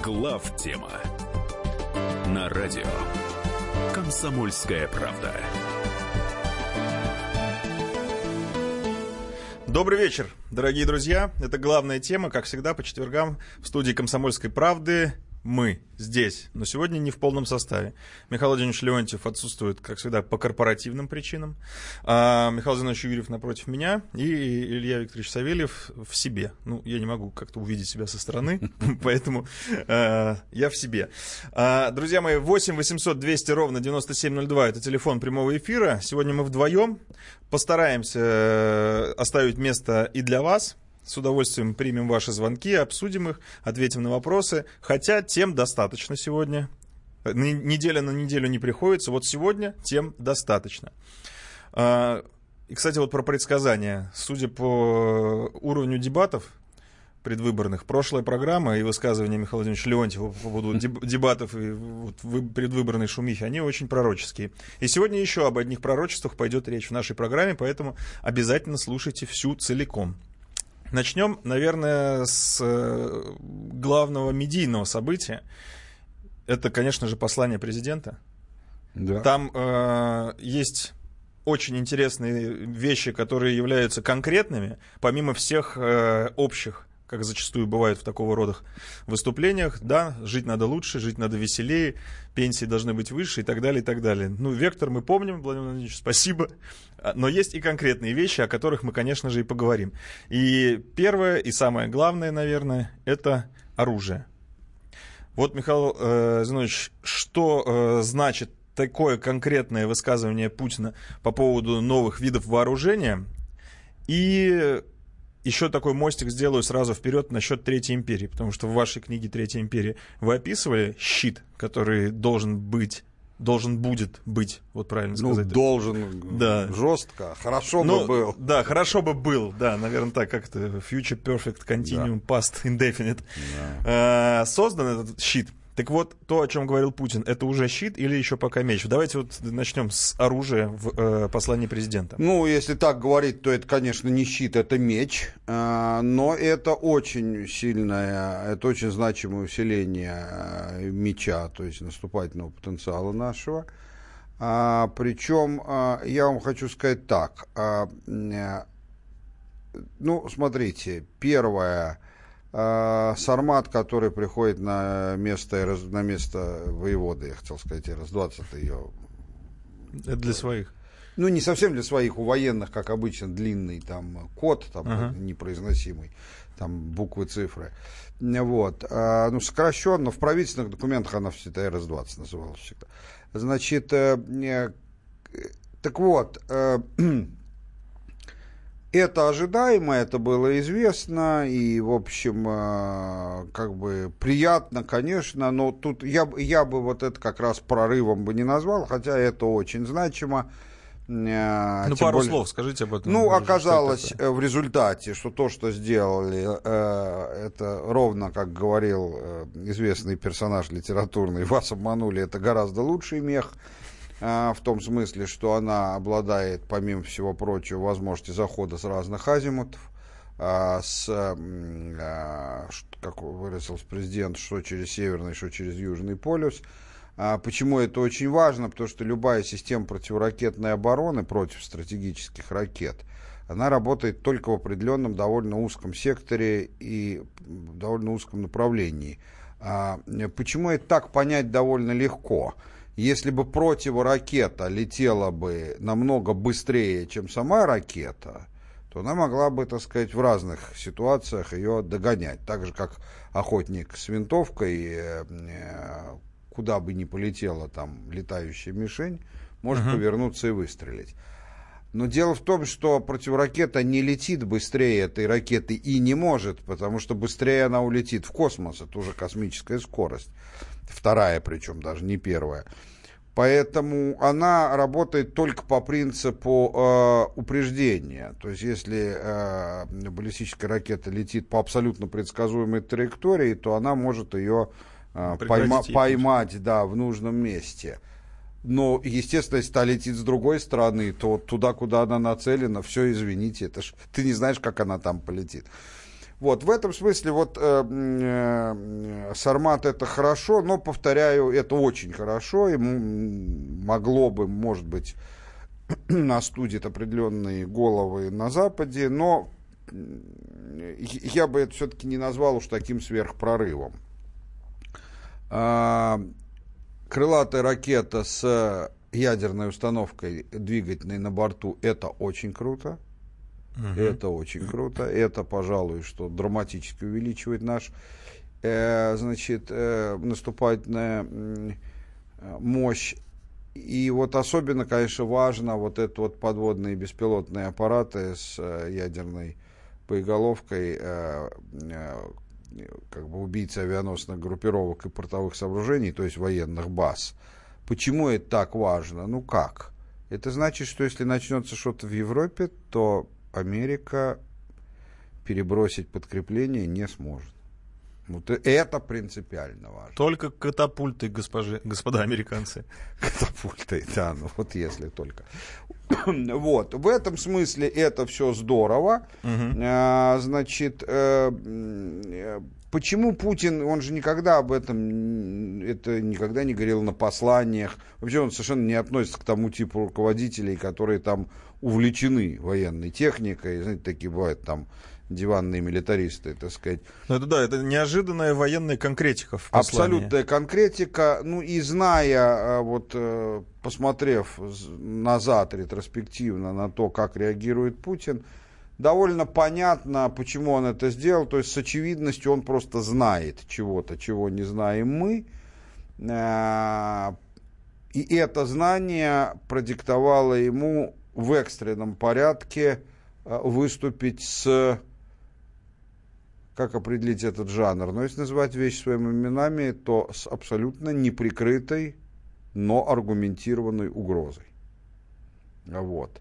Главтема на радио «Комсомольская правда». Добрый вечер, дорогие друзья. Это главная тема, как всегда, по четвергам в студии «Комсомольской правды». Мы здесь, но сегодня не в полном составе. Михаил Владимирович Леонтьев отсутствует, как всегда, по корпоративным причинам. Михаил Зинович Юрьев напротив меня и Илья Викторович Савельев в себе. Ну, я не могу как-то увидеть себя со стороны, поэтому я в себе. Друзья мои, 8 800 200 ровно 9702 — это телефон прямого эфира. Сегодня мы вдвоем постараемся оставить место и для вас. С удовольствием примем ваши звонки, обсудим их, ответим на вопросы. Хотя тем достаточно сегодня. Неделя на неделю не приходится. Вот сегодня тем достаточно. И, кстати, вот про предсказания. Судя по уровню дебатов предвыборных, прошлая программа и высказывания Михаила Владимировича Леонтьева по поводу дебатов и вот предвыборной шумихи, они очень пророческие. И сегодня еще об одних пророчествах пойдет речь в нашей программе, поэтому обязательно слушайте всю целиком. Начнем, наверное, с главного медийного события. Это, конечно же, послание президента. Да. Там есть очень интересные вещи, которые являются конкретными, помимо всех общих, как зачастую бывает в такого рода выступлениях. Да, жить надо лучше, жить надо веселее, пенсии должны быть выше и так далее, и так далее. Ну, вектор мы помним, Владимир Владимирович, спасибо. Но есть и конкретные вещи, о которых мы, конечно же, и поговорим. И первое, и самое главное, наверное, это оружие. Вот, Михаил Зинович, что значит такое конкретное высказывание Путина по поводу новых видов вооружения? И еще такой мостик сделаю сразу вперед насчет Третьей империи, потому что в вашей книге «Третья империя» вы описывали щит, который должен будет быть, вот правильно сказать. Ну, должен, да. Жестко, хорошо бы был. Да, хорошо бы был, да, наверное, так, как это, future perfect, continuum, да. Past indefinite. Да. Создан этот щит. Так вот, то, о чем говорил Путин, это уже щит или еще пока меч? Давайте вот начнем с оружия в послании президента. Ну, если так говорить, то это, конечно, не щит, это меч, но это очень сильное, это очень значимое усиление меча, то есть наступательного потенциала нашего. Причем, я вам хочу сказать так, ну, смотрите, первое... Сармат, который приходит на место воеводы, я хотел сказать, РС-20, ее... Это для своих? Ну, не совсем для своих, у военных, как обычно, длинный там код, там, непроизносимый, там буквы, цифры. Вот. Ну, сокращенно, в правительственных документах она всегда РС-20 называлась всегда. Значит, так вот... Это ожидаемо, это было известно, и, в общем, как бы приятно, конечно, но тут я бы вот это как раз прорывом бы не назвал, хотя это очень значимо. Ну, пару слов скажите об этом. Ну, оказалось в результате, что то, что сделали, это ровно, как говорил известный персонаж литературный, вас обманули, это гораздо лучший мех. В том смысле, что она обладает, помимо всего прочего, возможностью захода с разных азимутов, как выразился президент, что через Северный, что через Южный полюс. Почему это очень важно? Потому что любая система противоракетной обороны против стратегических ракет, она работает только в определенном довольно узком секторе и довольно узком направлении. Почему это так понять довольно легко? Если бы противоракета летела бы намного быстрее, чем сама ракета, то она могла бы, так сказать, в разных ситуациях ее догонять. Так же, как охотник с винтовкой, куда бы ни полетела там летающая мишень, может повернуться и выстрелить. Но дело в том, что противоракета не летит быстрее этой ракеты и не может, потому что быстрее она улетит в космос. Это уже космическая скорость. Вторая, причем даже не первая. Поэтому она работает только по принципу упреждения. То есть, если баллистическая ракета летит по абсолютно предсказуемой траектории, то она может ее поймать, да, в нужном месте. Но, естественно, если та летит с другой стороны, то туда, куда она нацелена, все, извините, это ж, ты не знаешь, как она там полетит. Вот, в этом смысле вот Сармат это хорошо, но, повторяю, это очень хорошо, и могло бы, может быть, остудить определенные головы на Западе, но я бы это все-таки не назвал уж таким сверхпрорывом. Крылатая ракета с ядерной установкой двигательной на борту — это очень круто. Это очень круто. Это, пожалуй, что драматически увеличивает наш, наступательную мощь. И вот особенно, конечно, важно вот это вот подводные беспилотные аппараты с ядерной боеголовкой, как бы убийцы авианосных группировок и портовых сооружений, то есть военных баз. Почему это так важно? Ну как? Это значит, что если начнется что-то в Европе, то Америка перебросить подкрепление не сможет. Вот это принципиально важно. Только катапульты, господа американцы. Катапульты, да, ну вот если только. Вот, в этом смысле это все здорово. Значит, почему Путин, он же никогда об этом, это никогда не говорил на посланиях. Вообще он совершенно не относится к тому типу руководителей, которые там увлечены военной техникой. Знаете, такие бывают там диванные милитаристы, так сказать. Ну, это да, это неожиданная военная конкретика в послании. Абсолютная конкретика. Ну и зная, вот посмотрев назад ретроспективно на то, как реагирует Путин, довольно понятно, почему он это сделал. То есть с очевидностью он просто знает чего-то, чего не знаем мы. И это знание продиктовало ему в экстренном порядке выступить с... Как определить этот жанр? Но если называть вещи своими именами, то с абсолютно неприкрытой, но аргументированной угрозой. Вот.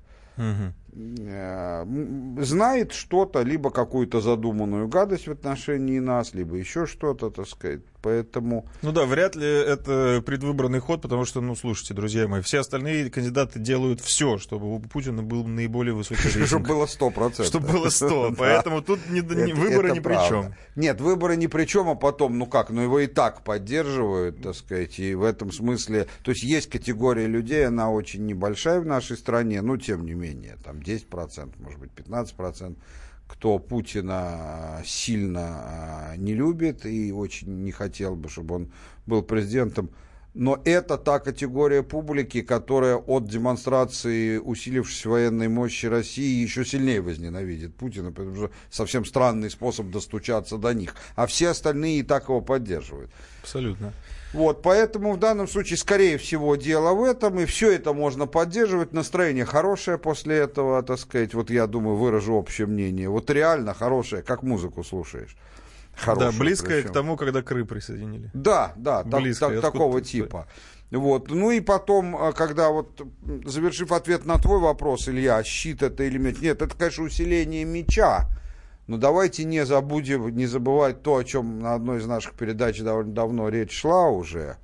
Знает что-то, либо какую-то задуманную гадость в отношении нас, либо еще что-то, так сказать. Поэтому... Ну да, вряд ли это предвыборный ход, потому что, ну, слушайте, друзья мои, все остальные кандидаты делают все, чтобы у Путина был наиболее высокий рейтинг. Чтобы было 100%. Чтобы было 100%. Поэтому тут выборы ни при чем. Нет, выборы ни при чем, а потом, ну как, ну его и так поддерживают, так сказать, и в этом смысле... То есть есть категория людей, она очень небольшая в нашей стране, но тем не менее, там 10%, может быть 15%, кто Путина сильно не любит и очень не хотел бы, чтобы он был президентом. Но это та категория публики, которая от демонстрации усилившейся военной мощи России еще сильнее возненавидит Путина, потому что совсем странный способ достучаться до них. А все остальные и так его поддерживают. Абсолютно. Вот, поэтому в данном случае, скорее всего, дело в этом, и все это можно поддерживать. Настроение хорошее после этого, так сказать, вот я думаю, выражу общее мнение. Вот реально хорошее, как музыку слушаешь. Хорошее, да, близкое причем к тому, когда Крым присоединили. Да, такого типа. Вот. Ну и потом, когда вот, завершив ответ на твой вопрос, Илья, щит это или нет, это, конечно, усиление меча. Но давайте не забывать то, о чем на одной из наших передач довольно давно речь шла уже.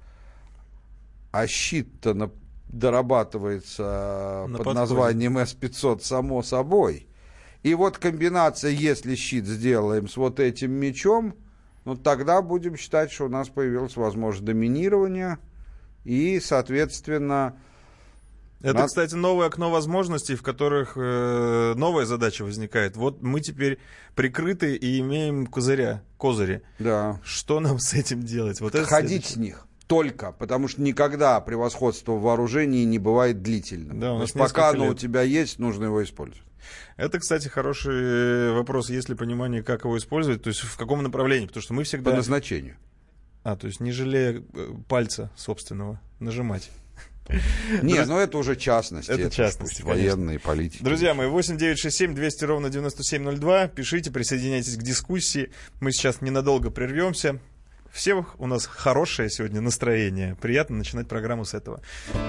А щит-то дорабатывается под названием С-500 само собой. И вот комбинация, если щит сделаем с вот этим мечом, ну тогда будем считать, что у нас появилась возможность доминирования и, соответственно... Это, кстати, новое окно возможностей, в которых новая задача возникает. Вот мы теперь прикрыты и имеем козыри. Да. Что нам с этим делать? Вот ходить с них только, потому что никогда превосходство в вооружении не бывает длительным. Да, пока оно у тебя есть, нужно его использовать. Это, кстати, хороший вопрос, есть ли понимание, как его использовать, то есть в каком направлении, потому что мы всегда... По назначению. То есть не жалея пальца собственного нажимать. Нет, но это уже частности. Это частности, военные, политики. Друзья мои, 8-967-200-97-02. Пишите, присоединяйтесь к дискуссии. Мы сейчас ненадолго прервемся. Всех у нас хорошее сегодня настроение. Приятно начинать программу с этого.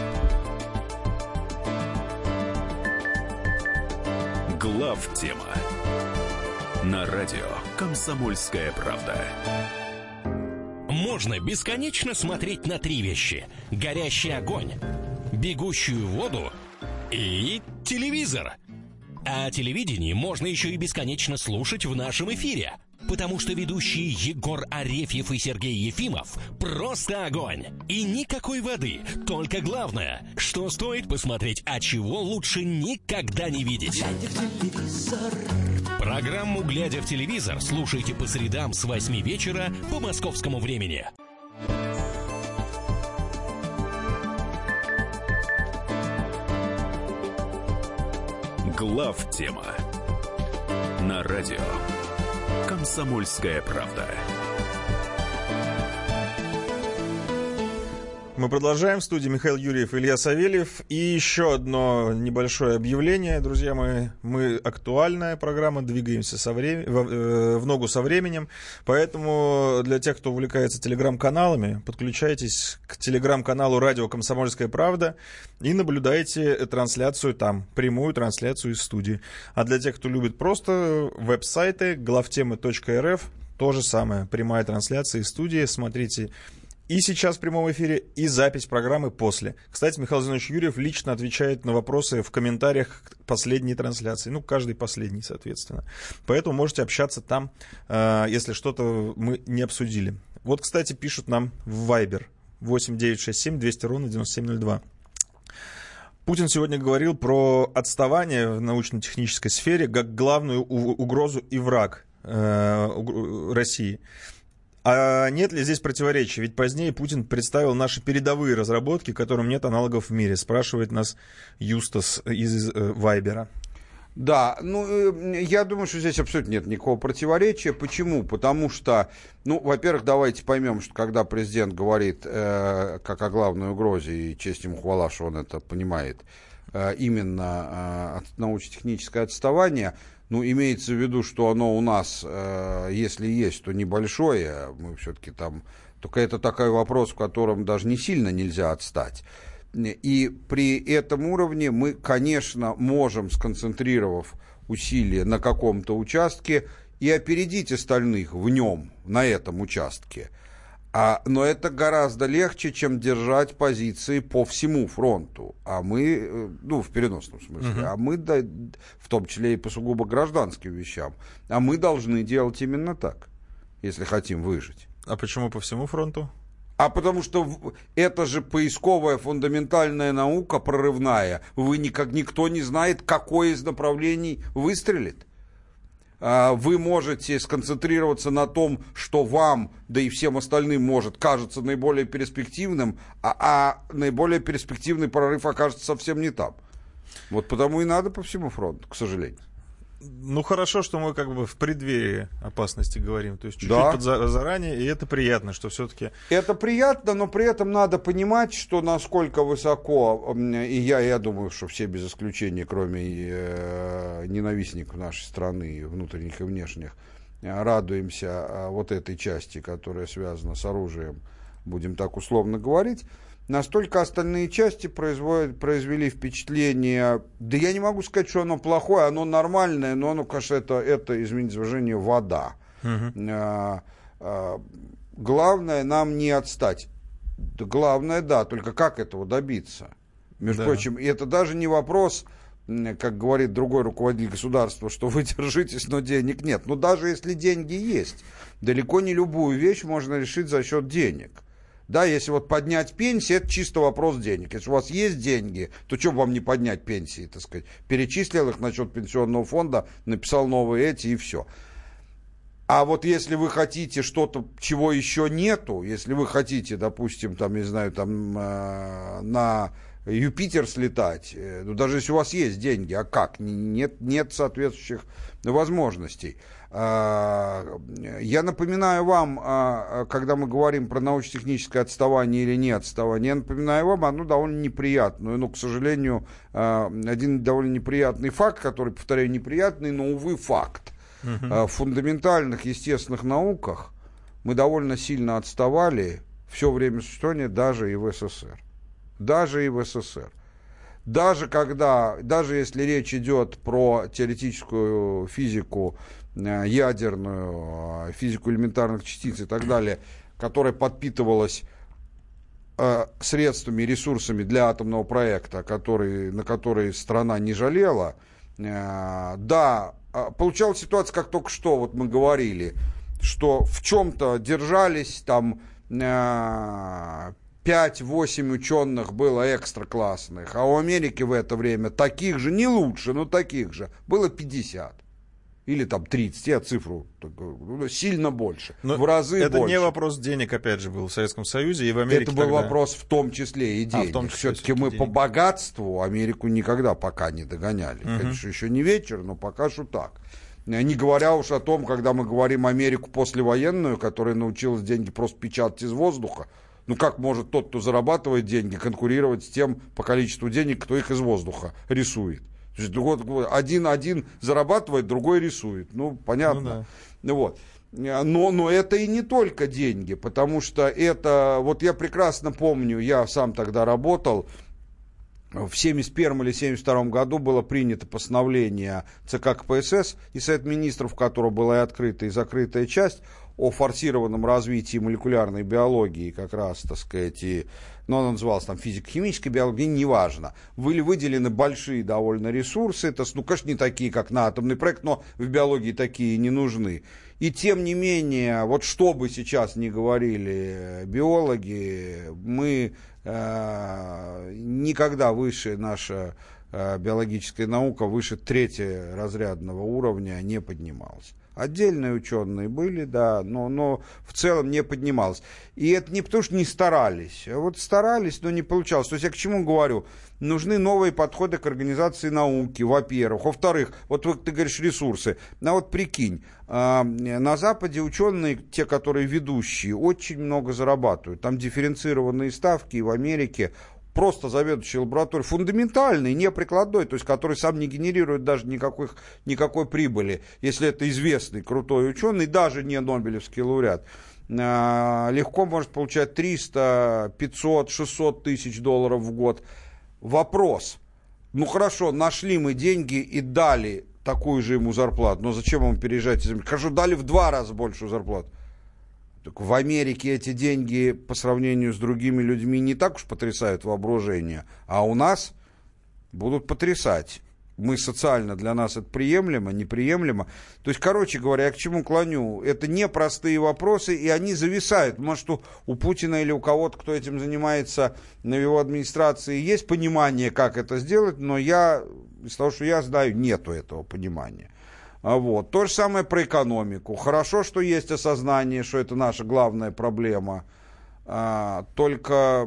Главтема на радио «Комсомольская правда». Можно бесконечно смотреть на три вещи: горящий огонь, бегущую воду и телевизор. А о телевидении можно еще и бесконечно слушать в нашем эфире. Потому что ведущие Егор Арефьев и Сергей Ефимов просто огонь. И никакой воды, только главное, что стоит посмотреть, а чего лучше никогда не видеть. Программу «Глядя в телевизор» слушайте по средам с 8 вечера по московскому времени. Главтема на радио «Комсомольская правда». Мы продолжаем. В студии Михаил Юрьев, Илья Савельев. И еще одно небольшое объявление, друзья мои. Мы актуальная программа, двигаемся в ногу со временем. Поэтому для тех, кто увлекается телеграм-каналами, подключайтесь к телеграм-каналу «Радио Комсомольская правда» и наблюдайте трансляцию там, прямую трансляцию из студии. А для тех, кто любит просто веб-сайты главтемы.рф, то же самое. Прямая трансляция из студии. Смотрите и сейчас в прямом эфире, и запись программы после. Кстати, Михаил Зинович Юрьев лично отвечает на вопросы в комментариях к последней трансляции. Ну, каждый последний, соответственно. Поэтому можете общаться там, если что-то мы не обсудили. Вот, кстати, пишут нам в Viber 8967-200-97-02. Путин сегодня говорил про отставание в научно-технической сфере как главную угрозу и враг России. А нет ли здесь противоречий? Ведь позднее Путин представил наши передовые разработки, которым нет аналогов в мире. Спрашивает нас Юстас из Вайбера. Да, ну, я думаю, что здесь абсолютно нет никакого противоречия. Почему? Потому что, ну, во-первых, давайте поймем, что когда президент говорит как о главной угрозе, и честь ему хвала, что он это понимает, именно научно-техническое отставание, ну, имеется в виду, что оно у нас, если есть, то небольшое, мы все-таки там, только это такой вопрос, в котором даже не сильно нельзя отстать. И при этом уровне мы, конечно, можем, сконцентрировав усилия на каком-то участке, и опередить остальных в нем, на этом участке. Но это гораздо легче, чем держать позиции по всему фронту. А мы, ну, в переносном смысле, а мы, да, в том числе и по сугубо гражданским вещам, а мы должны делать именно так, если хотим выжить. А почему по всему фронту? А потому что это же поисковая фундаментальная наука, прорывная. Никто не знает, какое из направлений выстрелит. Вы можете сконцентрироваться на том, что вам, да и всем остальным, может, кажется наиболее перспективным, а наиболее перспективный прорыв окажется совсем не там. Вот потому и надо по всему фронту, к сожалению. Ну, хорошо, что мы как бы в преддверии опасности говорим, то есть чуть-чуть заранее, и это приятно, что все-таки... Это приятно, но при этом надо понимать, что насколько высоко, и я думаю, что все без исключения, кроме ненавистников нашей страны, внутренних и внешних, радуемся вот этой части, которая связана с оружием, будем так условно говорить. Настолько остальные части произвели впечатление, да я не могу сказать, что оно плохое, оно нормальное, но оно, конечно, это извините за выражение, вода. Главное нам не отстать. Главное, да, только как этого добиться? Между прочим, и это даже не вопрос, как говорит другой руководитель государства, что вы держитесь, но денег нет. Но даже если деньги есть, далеко не любую вещь можно решить за счет денег. Да, если вот поднять пенсии, это чисто вопрос денег. Если у вас есть деньги, то что вам не поднять пенсии, так сказать? Перечислил их на счет пенсионного фонда, написал новые эти и все. А вот если вы хотите что-то, чего еще нету, если вы хотите, допустим, там, не знаю, там на Юпитер слетать, ну, даже если у вас есть деньги, а как? Нет соответствующих возможностей. Я напоминаю вам, когда мы говорим про научно-техническое отставание или не отставание, я напоминаю вам одну довольно неприятную, но, к сожалению, один довольно неприятный факт, который, повторяю, неприятный, но, увы, факт. В фундаментальных естественных науках мы довольно сильно отставали все время существования даже и в СССР. Даже и в СССР. Даже если речь идет про теоретическую физику, ядерную, физику элементарных частиц и так далее, которая подпитывалась средствами, ресурсами для атомного проекта, на который страна не жалела, Да, получалась ситуация, как только что вот мы говорили, что в чем-то держались там 5-8 ученых было экстра классных, а у Америки в это время таких же, не лучше, но таких же, было 50. Или там 30, я цифру сильно больше, но в разы это больше. Не вопрос денег, опять же, был в Советском Союзе и в Америке. Это был тогда вопрос в том числе и денег. Все-таки мы по богатству Америку никогда пока не догоняли. Конечно, еще не вечер, но пока что так. Не говоря уж о том, когда мы говорим Америку послевоенную, которая научилась деньги просто печатать из воздуха. Ну как может тот, кто зарабатывает деньги, конкурировать с тем по количеству денег, кто их из воздуха рисует? То есть один зарабатывает, другой рисует. Ну, понятно. Ну, да. Вот. Но это и не только деньги, потому что это... Вот я прекрасно помню, я сам тогда работал, в 1971 или 1972 году было принято постановление ЦК КПСС и Совет Министров, в котором была и открытая, и закрытая часть, о форсированном развитии молекулярной биологии, как раз, так сказать, оно называлось там физико-химической биологией, неважно. Были выделены большие довольно ресурсы, это, ну, конечно, не такие, как на атомный проект, но в биологии такие не нужны. И тем не менее, вот что бы сейчас ни говорили биологи, мы никогда выше наша биологическая наука, выше третьеразрядного уровня не поднималась. Отдельные ученые были, да, но в целом не поднималось. И это не потому, что не старались, а вот старались, но не получалось. То есть я к чему говорю? Нужны новые подходы к организации науки, во-первых. Во-вторых, вот ты говоришь ресурсы. А вот прикинь, на Западе ученые, те, которые ведущие, очень много зарабатывают. Там дифференцированные ставки, и в Америке просто заведующий лабораторией, фундаментальный, не прикладной, то есть который сам не генерирует даже никакой прибыли, если это известный, крутой ученый, даже не Нобелевский лауреат, легко может получать 300, 500, 600 тысяч долларов в год. Вопрос, ну хорошо, нашли мы деньги и дали такую же ему зарплату, но зачем ему переезжать из Америки? Хорошо, дали в 2 раза большую зарплату. Так в Америке эти деньги по сравнению с другими людьми не так уж потрясают воображение, а у нас будут потрясать. Мы социально, для нас это приемлемо, неприемлемо. То есть, короче говоря, я к чему клоню? Это непростые вопросы, и они зависают. Может, у Путина или у кого-то, кто этим занимается на его администрации, есть понимание, как это сделать, но из того, что я знаю, нету этого понимания. Вот. То же самое про экономику. Хорошо, что есть осознание, что это наша главная проблема. Только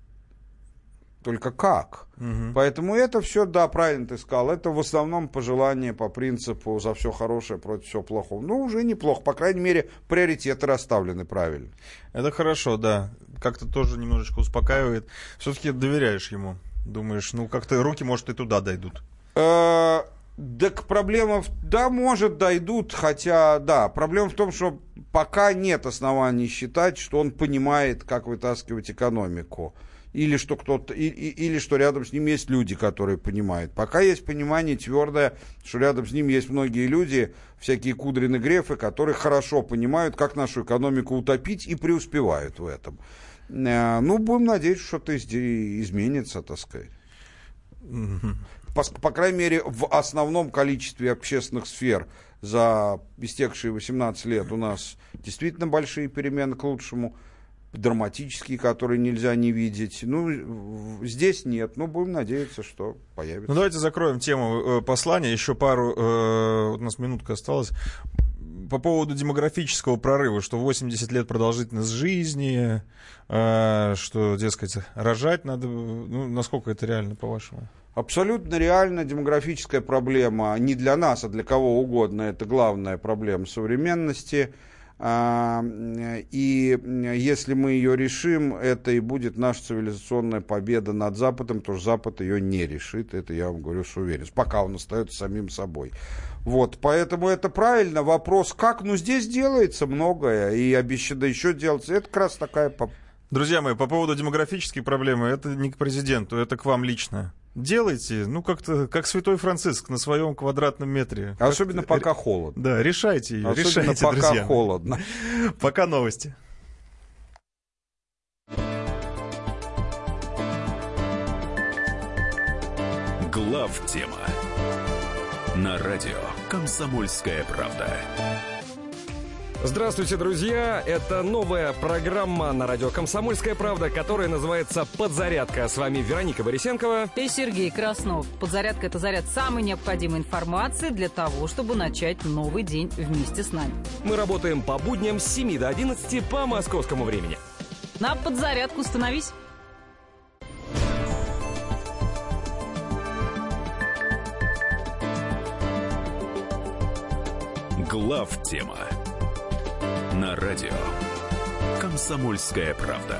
как? Угу. Поэтому это все, да, правильно ты сказал, это в основном пожелание по принципу за все хорошее против всего плохого. Ну, уже неплохо, по крайней мере, приоритеты расставлены правильно. Это хорошо, да. Как-то тоже немножечко успокаивает. Все-таки доверяешь ему. Думаешь, ну, как-то руки, может, и туда дойдут. Так проблема, да, может, дойдут, хотя, да, проблема в том, что пока нет оснований считать, что он понимает, как вытаскивать экономику, или что кто-то, или что рядом с ним есть люди, которые понимают. Пока есть понимание твердое, что рядом с ним есть многие люди, всякие Кудрины, Грефы, которые хорошо понимают, как нашу экономику утопить, и преуспевают в этом. Ну, будем надеяться, что что-то изменится, так сказать. По крайней мере, в основном количестве общественных сфер за истекшие 18 лет у нас действительно большие перемены к лучшему, драматические, которые нельзя не видеть. Ну, здесь нет, но будем надеяться, что появится. Ну, давайте закроем тему послания. Еще пару, у нас минутка осталась. По поводу демографического прорыва, что 80 лет продолжительность жизни, что, дескать, рожать надо. Ну, насколько это реально, по-вашему? Абсолютно реально демографическая проблема не для нас, а для кого угодно. Это главная проблема современности. И если мы ее решим, это и будет наша цивилизационная победа над Западом, потому что Запад ее не решит. Это я вам говорю с уверенностью, пока он остается самим собой. Вот, поэтому это правильно. Вопрос как? Ну, здесь делается многое, и обещано еще делается. Это как раз такая... Друзья мои, по поводу демографической проблемы, это не к президенту, это к вам лично. Делайте, ну, как-то, как святой Франциск на своем квадратном метре. Особенно пока холодно. Да, решайте ее, особенно решайте, пока друзья. Холодно. Пока новости. Главтема На радио «Комсомольская правда». Здравствуйте, друзья! Это новая программа на радио «Комсомольская правда», которая называется «Подзарядка». С вами Вероника Борисенкова и Сергей Краснов. Подзарядка – это заряд самой необходимой информации для того, чтобы начать новый день вместе с нами. Мы работаем по будням с 7 до 11 по московскому времени. На подзарядку становись. Главтема на радио «Комсомольская правда».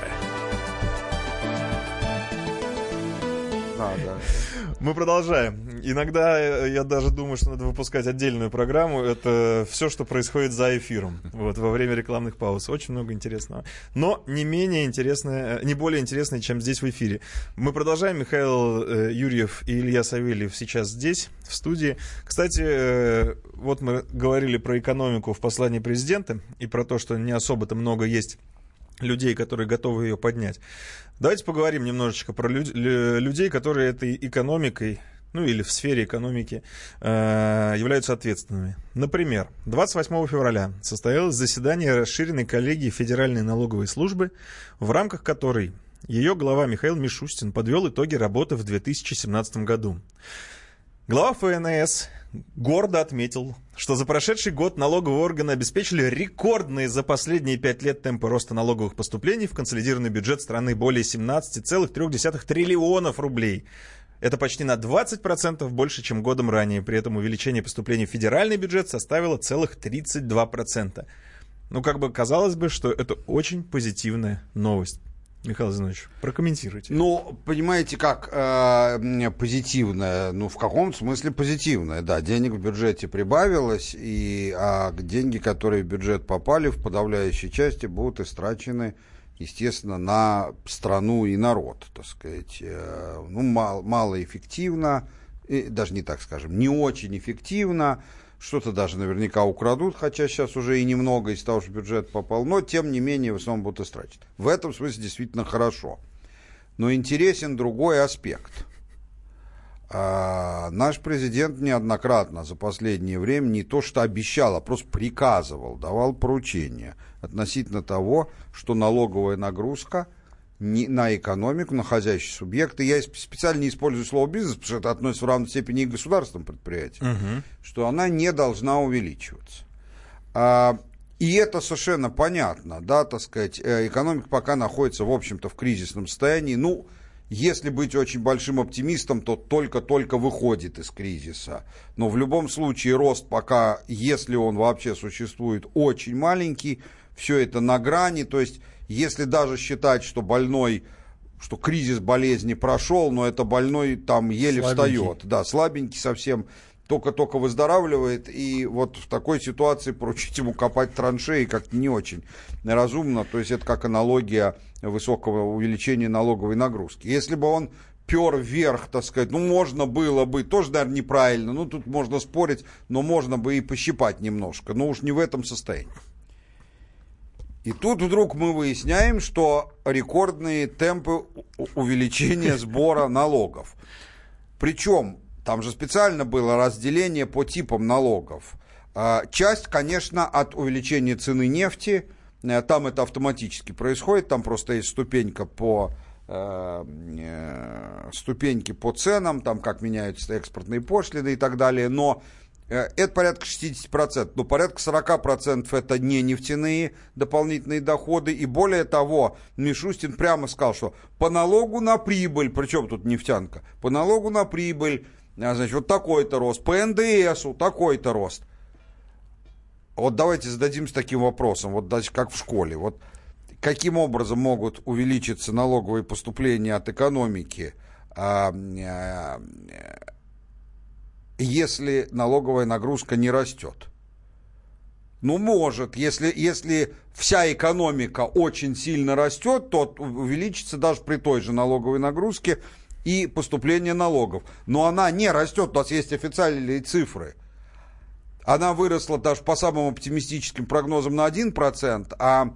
Мы продолжаем. Иногда я даже думаю, что надо выпускать отдельную программу. Это все, что происходит за эфиром, вот, во время рекламных пауз. Очень много интересного. Но не менее интересное, не более интересное, чем здесь в эфире. Мы продолжаем. Михаил Юрьев и Илья Савельев сейчас здесь, в студии. Кстати, вот мы говорили про экономику в послании президента и про то, что не особо-то много есть людей, которые готовы ее поднять. Давайте поговорим немножечко про людей, которые этой экономикой, ну или в сфере экономики, являются ответственными. Например, 28 февраля состоялось заседание расширенной коллегии Федеральной налоговой службы, в рамках которой ее глава Михаил Мишустин подвел итоги работы в 2017 году. Глава ФНС гордо отметил, что за прошедший год налоговые органы обеспечили рекордные за последние 5 лет темпы роста налоговых поступлений в консолидированный бюджет страны более 17,3 триллионов рублей. Это почти на 20% больше, чем годом ранее. При этом увеличение поступлений в федеральный бюджет составило целых 32%. Ну, как бы казалось бы, что это очень позитивная новость. Михаил Зинович, прокомментируйте. Ну, понимаете, как позитивное, ну, в каком-то смысле позитивное. Да, денег в бюджете прибавилось, а деньги, которые в бюджет попали, в подавляющей части будут истрачены, естественно, на страну и народ, так сказать. Ну, малоэффективно, даже не так скажем, не очень эффективно. Что-то даже наверняка украдут, хотя сейчас уже и немного из того, что в бюджет попал, но тем не менее в основном будут истрачены. В этом смысле действительно хорошо. Но интересен другой аспект. Наш президент неоднократно за последнее время не то что обещал, а просто приказывал, давал поручения относительно того, что налоговая нагрузка на экономику, на хозяйственные субъекты. Я специально не использую слово «бизнес», потому что это относится в равной степени и к государственным предприятиям, что она не должна увеличиваться. И это совершенно понятно, да, так сказать, экономика пока находится, в общем-то, в кризисном состоянии. Ну, если быть очень большим оптимистом, то только-только выходит из кризиса. Но в любом случае рост пока, если он вообще существует, очень маленький, все это на грани, то есть если даже считать, что больной, что кризис болезни прошел, но это больной там еле встает, да, слабенький совсем, только-только выздоравливает, и вот в такой ситуации поручить ему копать траншеи как-то не очень разумно, то есть это как аналогия высокого увеличения налоговой нагрузки. Если бы он пер вверх, так сказать, ну, можно было бы, тоже, наверное, неправильно, ну, тут можно спорить, но можно бы и пощипать немножко, но уж не в этом состоянии. И тут вдруг мы выясняем, что рекордные темпы увеличения сбора налогов. Причем там же специально было разделение по типам налогов. Часть, конечно, от увеличения цены нефти, там это автоматически происходит, там просто есть ступеньки по ценам, там как меняются экспортные пошлины и так далее, но это порядка 60%, но порядка 40% это не нефтяные дополнительные доходы. И более того, Мишустин прямо сказал, что по налогу на прибыль, причем тут нефтянка, по налогу на прибыль, значит, вот такой-то рост, по НДСу такой-то рост. Вот давайте зададимся таким вопросом, вот даже как в школе. Вот каким образом могут увеличиться налоговые поступления от экономики, если налоговая нагрузка не растет? Ну, может, если вся экономика очень сильно растет, то увеличится даже при той же налоговой нагрузке и поступление налогов. Но она не растет, у нас есть официальные цифры. Она выросла даже по самым оптимистическим прогнозам на 1%, а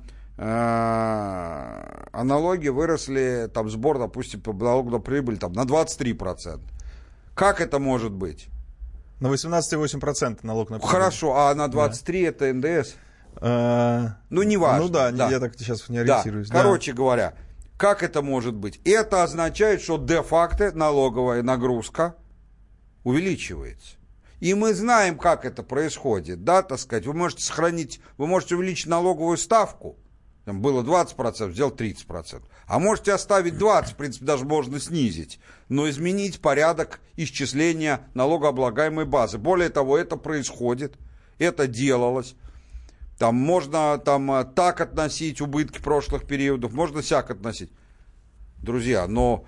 налоги выросли, там сбор, допустим, по налогу на прибыль там, на 23%. Как это может быть? На 18,8% налог на прибыль. Хорошо, а на 23 это НДС? Ну, не важно. Ну да, я так сейчас не ориентируюсь. Да. Короче говоря, как это может быть? Это означает, что де-факто налоговая нагрузка увеличивается. И мы знаем, как это происходит, да, так сказать. Вы можете увеличить налоговую ставку, там было 20%, сделал 30%. А можете оставить 20%, в принципе, даже можно снизить, но изменить порядок исчисления налогооблагаемой базы. Более того, это происходит, это делалось. Там можно так относить убытки прошлых периодов, можно сяк относить. Друзья, но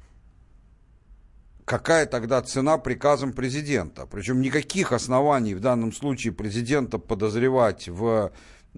какая тогда цена приказом президента? Причем никаких оснований в данном случае президента подозревать в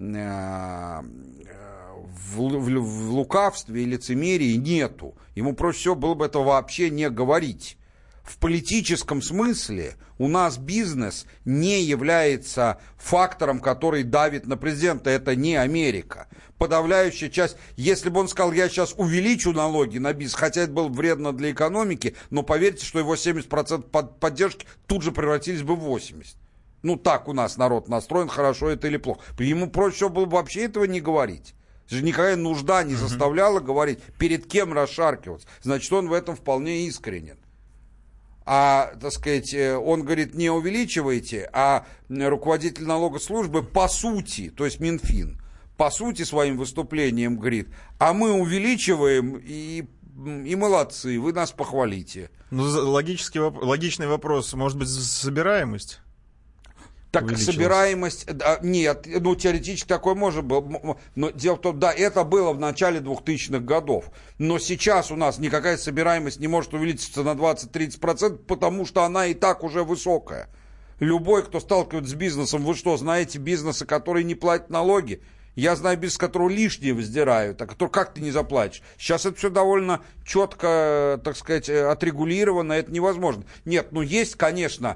лукавстве и лицемерии нету. Ему проще всего было бы этого вообще не говорить. В политическом смысле у нас бизнес не является фактором, который давит на президента. Это не Америка. Подавляющая часть, если бы он сказал, я сейчас увеличу налоги на бизнес, хотя это было вредно для экономики, но поверьте, что его 70% поддержки тут же превратились бы в 80%. Ну так у нас народ настроен, хорошо это или плохо. Ему проще всего было бы вообще этого не говорить. Никакая нужда не заставляла говорить, перед кем расшаркиваться. Значит, он в этом вполне искренен. А, так сказать, он говорит, не увеличивайте, а руководитель налогослужбы по сути, то есть Минфин, по сути своим выступлением говорит, а мы увеличиваем и молодцы, вы нас похвалите. Ну, логичный вопрос, может быть, собираемость? Так собираемость, нет, ну теоретически такое может быть, но дело в том, да, это было в начале 2000-х годов, но сейчас у нас никакая собираемость не может увеличиться на 20-30%, потому что она и так уже высокая. Любой, кто сталкивается с бизнесом, вы что, знаете бизнесы, которые не платят налоги? Я знаю бизнес, которого лишнее вздирают, а который как ты не заплатишь. Сейчас это все довольно четко, так сказать, отрегулировано, это невозможно. Нет, ну есть, конечно,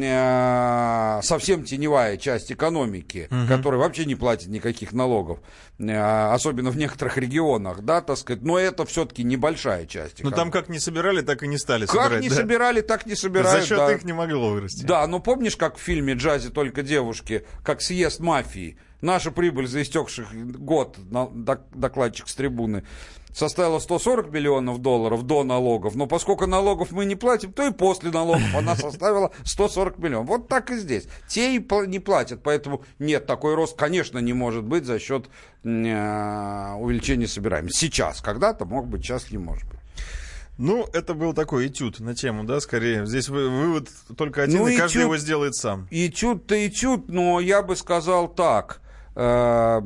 совсем теневая часть экономики, которая вообще не платит никаких налогов, особенно в некоторых регионах, да, так сказать, но это все-таки небольшая часть. Ну там как не собирали, так и не стали собирать. Как не собирали, так не собирают. За счет их не могло вырасти. Да, но помнишь, как в фильме «Джазе только девушки», как съезд мафии, наша прибыль за истекший год, докладчик с трибуны, составила $140 миллионов до налогов, но поскольку налогов мы не платим, то и после налогов она составила 140 миллионов. Вот так и здесь. Те и не платят, поэтому нет, такой рост, конечно, не может быть за счет увеличения собираемости. Сейчас, когда-то мог быть, сейчас не может быть. Ну, это был такой этюд на тему, да, скорее. Здесь вывод только один, и каждый его сделает сам. Этюд-то этюд, но я бы сказал так. Я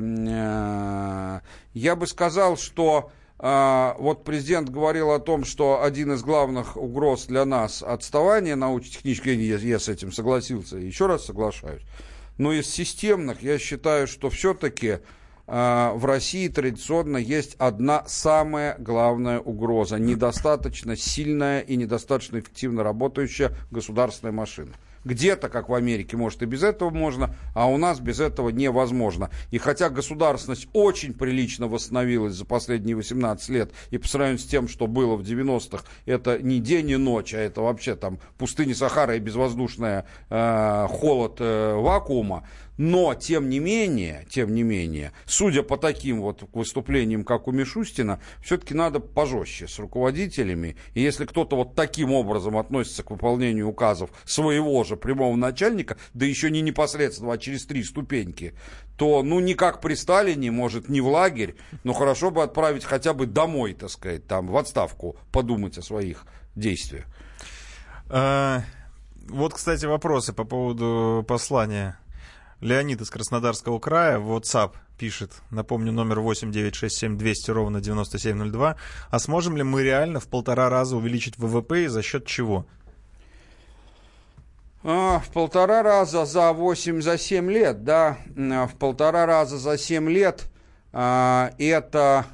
бы сказал, что вот президент говорил о том, что один из главных угроз для нас отставание научно-технического, я с этим согласился, еще раз соглашаюсь. Но из системных я считаю, что все-таки в России традиционно есть одна самая главная угроза. Недостаточно сильная и недостаточно эффективно работающая государственная машина. Где-то, как в Америке, может, и без этого можно, а у нас без этого невозможно. И хотя государственность очень прилично восстановилась за последние 18 лет, и по сравнению с тем, что было в 90-х, это не день и ночь, а это вообще там пустыня Сахара и безвоздушная холод вакуума, но, тем не менее, судя по таким вот выступлениям, как у Мишустина, все-таки надо пожестче с руководителями. И если кто-то вот таким образом относится к выполнению указов своего же прямого начальника, да еще не непосредственно, а через 3 ступеньки, то, ну, не как при Сталине, может, не в лагерь, но хорошо бы отправить хотя бы домой, так сказать, там, в отставку, подумать о своих действиях. Вот, кстати, вопросы по поводу послания. Леонид из Краснодарского края в WhatsApp пишет, напомню, номер 8-967-200-97-02. А сможем ли мы реально в 1,5 раза увеличить ВВП и за счет чего? В 1,5 раза за 7 лет, да, в 1,5 раза за 7 лет это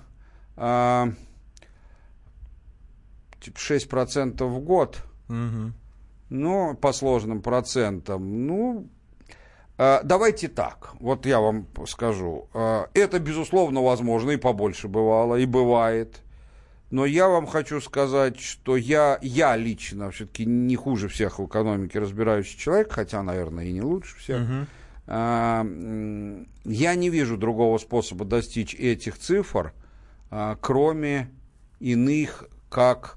6% в год, ну, по сложным процентам, ну, давайте так, вот я вам скажу, это, безусловно, возможно, и побольше бывало, и бывает. Но я вам хочу сказать, что я лично все-таки не хуже всех в экономике разбирающий человек, хотя, наверное, и не лучше всех. Я не вижу другого способа достичь этих цифр, кроме иных, как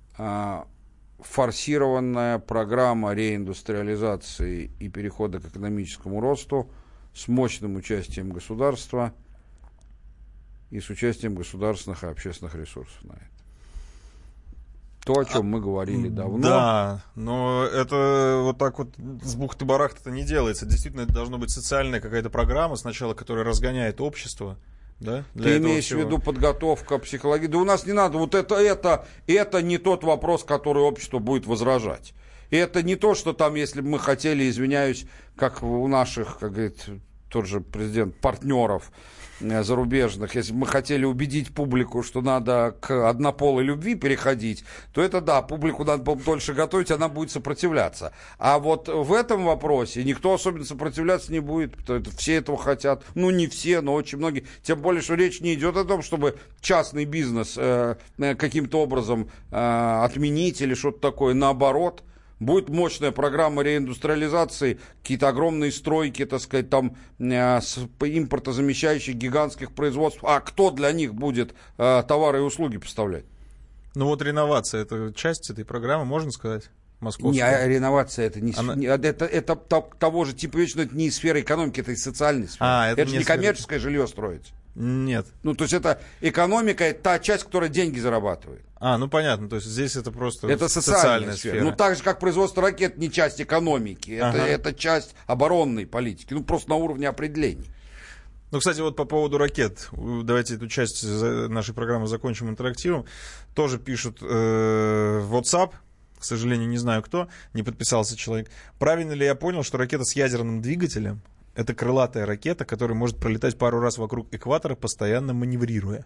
форсированная программа реиндустриализации и перехода к экономическому росту с мощным участием государства и с участием государственных и общественных ресурсов на это. То, о чем мы говорили давно. Да, но это вот так вот с бухты-барахты-то не делается. Действительно, это должна быть социальная какая-то программа сначала, которая разгоняет общество. Да? Ты имеешь в виду подготовка психологии? Да у нас не надо. Вот это не тот вопрос, который общество будет возражать. И это не то, что там, если бы мы хотели, извиняюсь, как у наших, как говорит тот же президент, партнеров зарубежных, если бы мы хотели убедить публику, что надо к однополой любви переходить, то это да, публику надо было дольше готовить, она будет сопротивляться. А вот в этом вопросе никто особенно сопротивляться не будет, все этого хотят, ну не все, но очень многие, тем более, что речь не идет о том, чтобы частный бизнес каким-то образом отменить или что-то такое, наоборот. Будет мощная программа реиндустриализации, какие-то огромные стройки, так сказать, там импортозамещающих гигантских производств. А кто для них будет товары и услуги поставлять? Ну вот реновация, это часть этой программы, можно сказать? Московская. Не, реновация это не это того же типа вещи, но это не из сферы экономики, это из социальной сферы. Это же не коммерческое жилье строится. Нет. Ну, то есть это экономика, это та часть, которая деньги зарабатывает. Ну понятно, то есть здесь это просто это социальная сфера. Ну, так же, как производство ракет не часть экономики, это часть оборонной политики, ну, просто на уровне определений. Ну, кстати, вот по поводу ракет, давайте эту часть нашей программы закончим интерактивом. Тоже пишут в WhatsApp, к сожалению, не знаю кто, не подписался человек. Правильно ли я понял, что ракета с ядерным двигателем — это крылатая ракета, которая может пролетать пару раз вокруг экватора, постоянно маневрируя?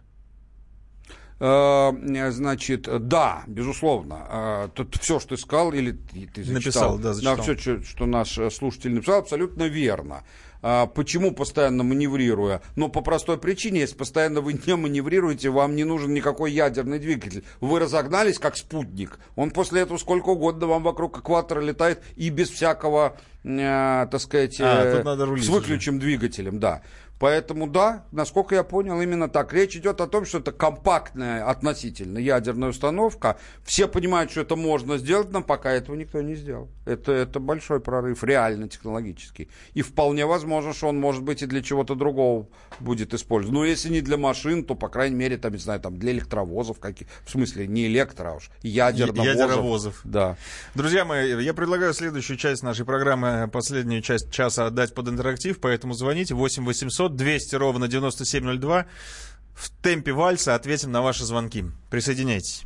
Значит, да, безусловно. Тут все, что ты сказал, или ты зачитал, зачитал. Да, все, что наш слушатель написал, абсолютно верно. Почему постоянно маневрируя? Но по простой причине, если постоянно вы не маневрируете, вам не нужен никакой ядерный двигатель. Вы разогнались как спутник. Он после этого сколько угодно вам вокруг экватора летает и без всякого, так сказать, с выключенным двигателем, да. Поэтому, да, насколько я понял, именно так. Речь идет о том, что это компактная относительно ядерная установка. Все понимают, что это можно сделать, но пока этого никто не сделал. Это большой прорыв, реально технологический. И вполне возможно, что он, может быть, и для чего-то другого будет использован. Но если не для машин, то, по крайней мере, там, не знаю, там, для электровозов, в смысле, не электро, а уж ядерновозов. Да. Друзья мои, я предлагаю следующую часть нашей программы, последнюю часть часа отдать под интерактив, поэтому звоните 8-800-200-97-02. В темпе вальса ответим на ваши звонки. Присоединяйтесь.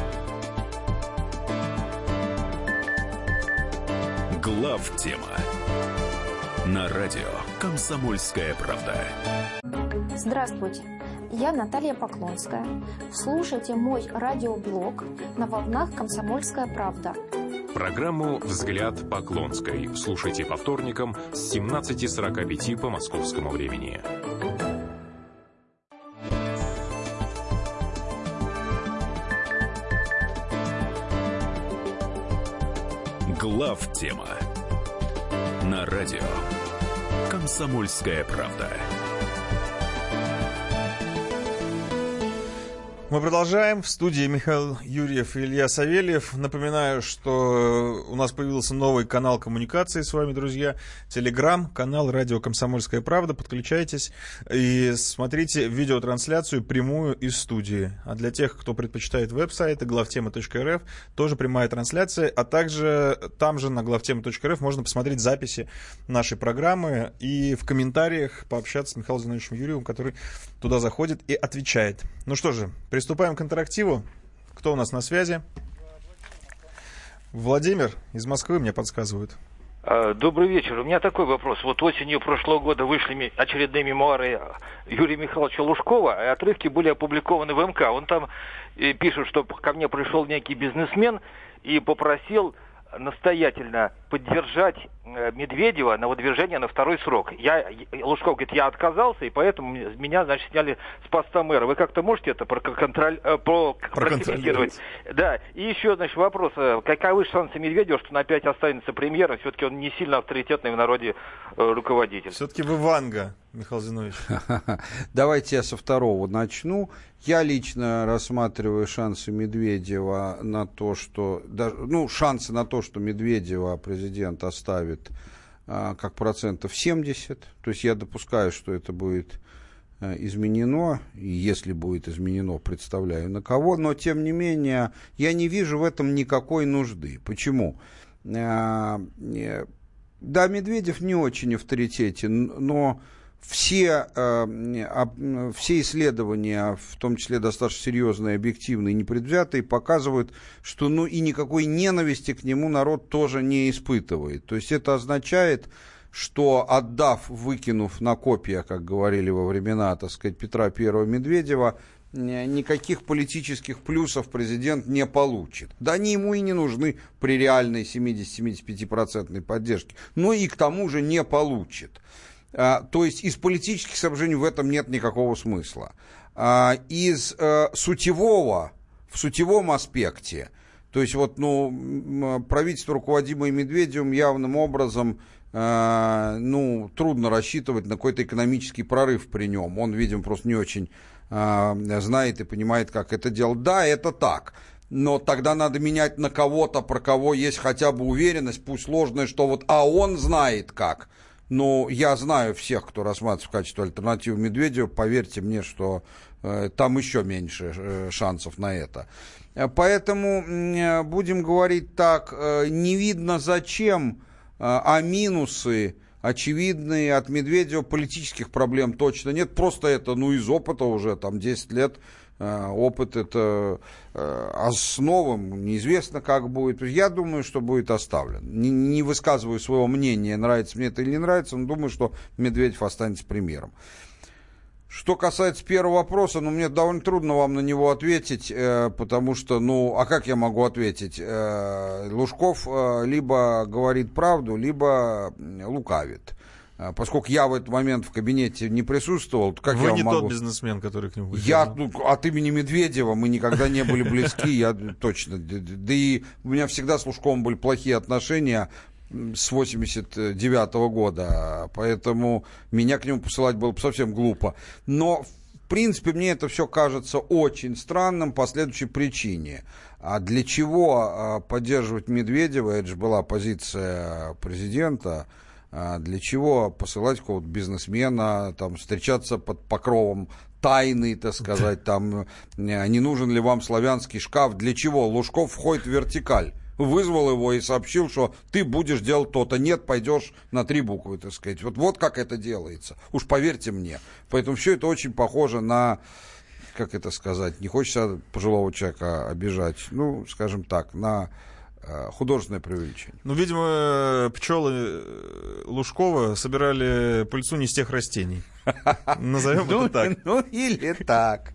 Главтема на радио «Комсомольская правда». Здравствуйте, я Наталья Поклонская. Слушайте мой радиоблог на волнах «Комсомольская правда». Программу «Взгляд Поклонской» слушайте по вторникам с 17:45 по московскому времени. Главтема на радио «Комсомольская правда». Мы продолжаем. В студии Михаил Юрьев и Илья Савельев. Напоминаю, что у нас появился новый канал коммуникации с вами, друзья. Телеграм-канал «Радио Комсомольская правда». Подключайтесь и смотрите видеотрансляцию прямую из студии. А для тех, кто предпочитает веб-сайты главтема.рф, тоже прямая трансляция. А также там же на главтема.рф можно посмотреть записи нашей программы и в комментариях пообщаться с Михаилом Зиновичем Юрьевым, который туда заходит и отвечает. Ну что же, приступаем к интерактиву. Кто у нас на связи? Владимир из Москвы, мне подсказывают. Добрый вечер. У меня такой вопрос. Вот осенью прошлого года вышли очередные мемуары Юрия Михайловича Лужкова, и отрывки были опубликованы в МК. Он там пишет, что ко мне пришел некий бизнесмен и попросил настоятельно поддержать Медведева на выдвижение на второй срок. Лужков говорит, я отказался, и поэтому меня, значит, сняли с поста мэра. Вы как-то можете это прокомментировать? Да. И еще, значит, вопрос. Каковы шансы Медведева, что он опять останется премьером? Все-таки он не сильно авторитетный в народе руководитель. Все-таки вы Ванга, Михаил Зиновьевич. Давайте я со второго начну. Я лично рассматриваю шансы Медведева на то, что... шансы на то, что Медведева президент оставит как 70%. То есть я допускаю, что это будет изменено. И если будет изменено, представляю на кого. Но, тем не менее, я не вижу в этом никакой нужды. Почему? Да, Медведев не очень авторитетен, но все исследования, в том числе достаточно серьезные, объективные, непредвзятые, показывают, что и никакой ненависти к нему народ тоже не испытывает. То есть это означает, что выкинув на копья, как говорили во времена, так сказать, Петра I Медведева, никаких политических плюсов президент не получит. Да они ему и не нужны при реальной 70-75% поддержке, но и к тому же не получит. То есть из политических соображений в этом нет никакого смысла. Из в сутевом аспекте, то есть правительство, руководимое Медведевым, явным образом трудно рассчитывать на какой-то экономический прорыв при нем. Он, видимо, просто не очень знает и понимает, как это делать. Да, это так. Но тогда надо менять на кого-то, про кого есть хотя бы уверенность, пусть ложная, что он знает как. Но я знаю всех, кто рассматривает в качестве альтернативы Медведеву, поверьте мне, что там еще меньше шансов на это. Поэтому, будем говорить так, не видно зачем, а минусы очевидные от Медведева, политических проблем точно нет. Просто это, из опыта уже, 10 лет. Опыт это основам, неизвестно как будет. Я думаю, что будет оставлен. Не высказываю своего мнения, нравится мне это или не нравится, но думаю, что Медведев останется премьером. Что касается первого вопроса, мне довольно трудно вам на него ответить, потому что, а как я могу ответить? Лужков либо говорит правду, либо лукавит. Поскольку я в этот момент в кабинете не присутствовал, то как Вы я не могу... тот бизнесмен, который к нему выходил. От имени Медведева мы никогда не были близки, я точно. Да и у меня всегда с Лужковым были плохие отношения с 89-го года, поэтому меня к нему посылать было бы совсем глупо. Но, в принципе, мне это все кажется очень странным по следующей причине. А для чего поддерживать Медведева, это же была позиция президента, для чего посылать какого-то бизнесмена, встречаться под покровом тайны, так сказать, не нужен ли вам славянский шкаф, для чего? Лужков входит в вертикаль. Вызвал его и сообщил, что ты будешь делать то-то. Нет, пойдешь на 3 буквы, так сказать. Вот как это делается. Уж поверьте мне. Поэтому все это очень похоже на, как это сказать, не хочется пожилого человека обижать, скажем так, на художественное преувеличение. Видимо, пчелы Лужкова собирали пыльцу не с тех растений. Назовем это так. Или так.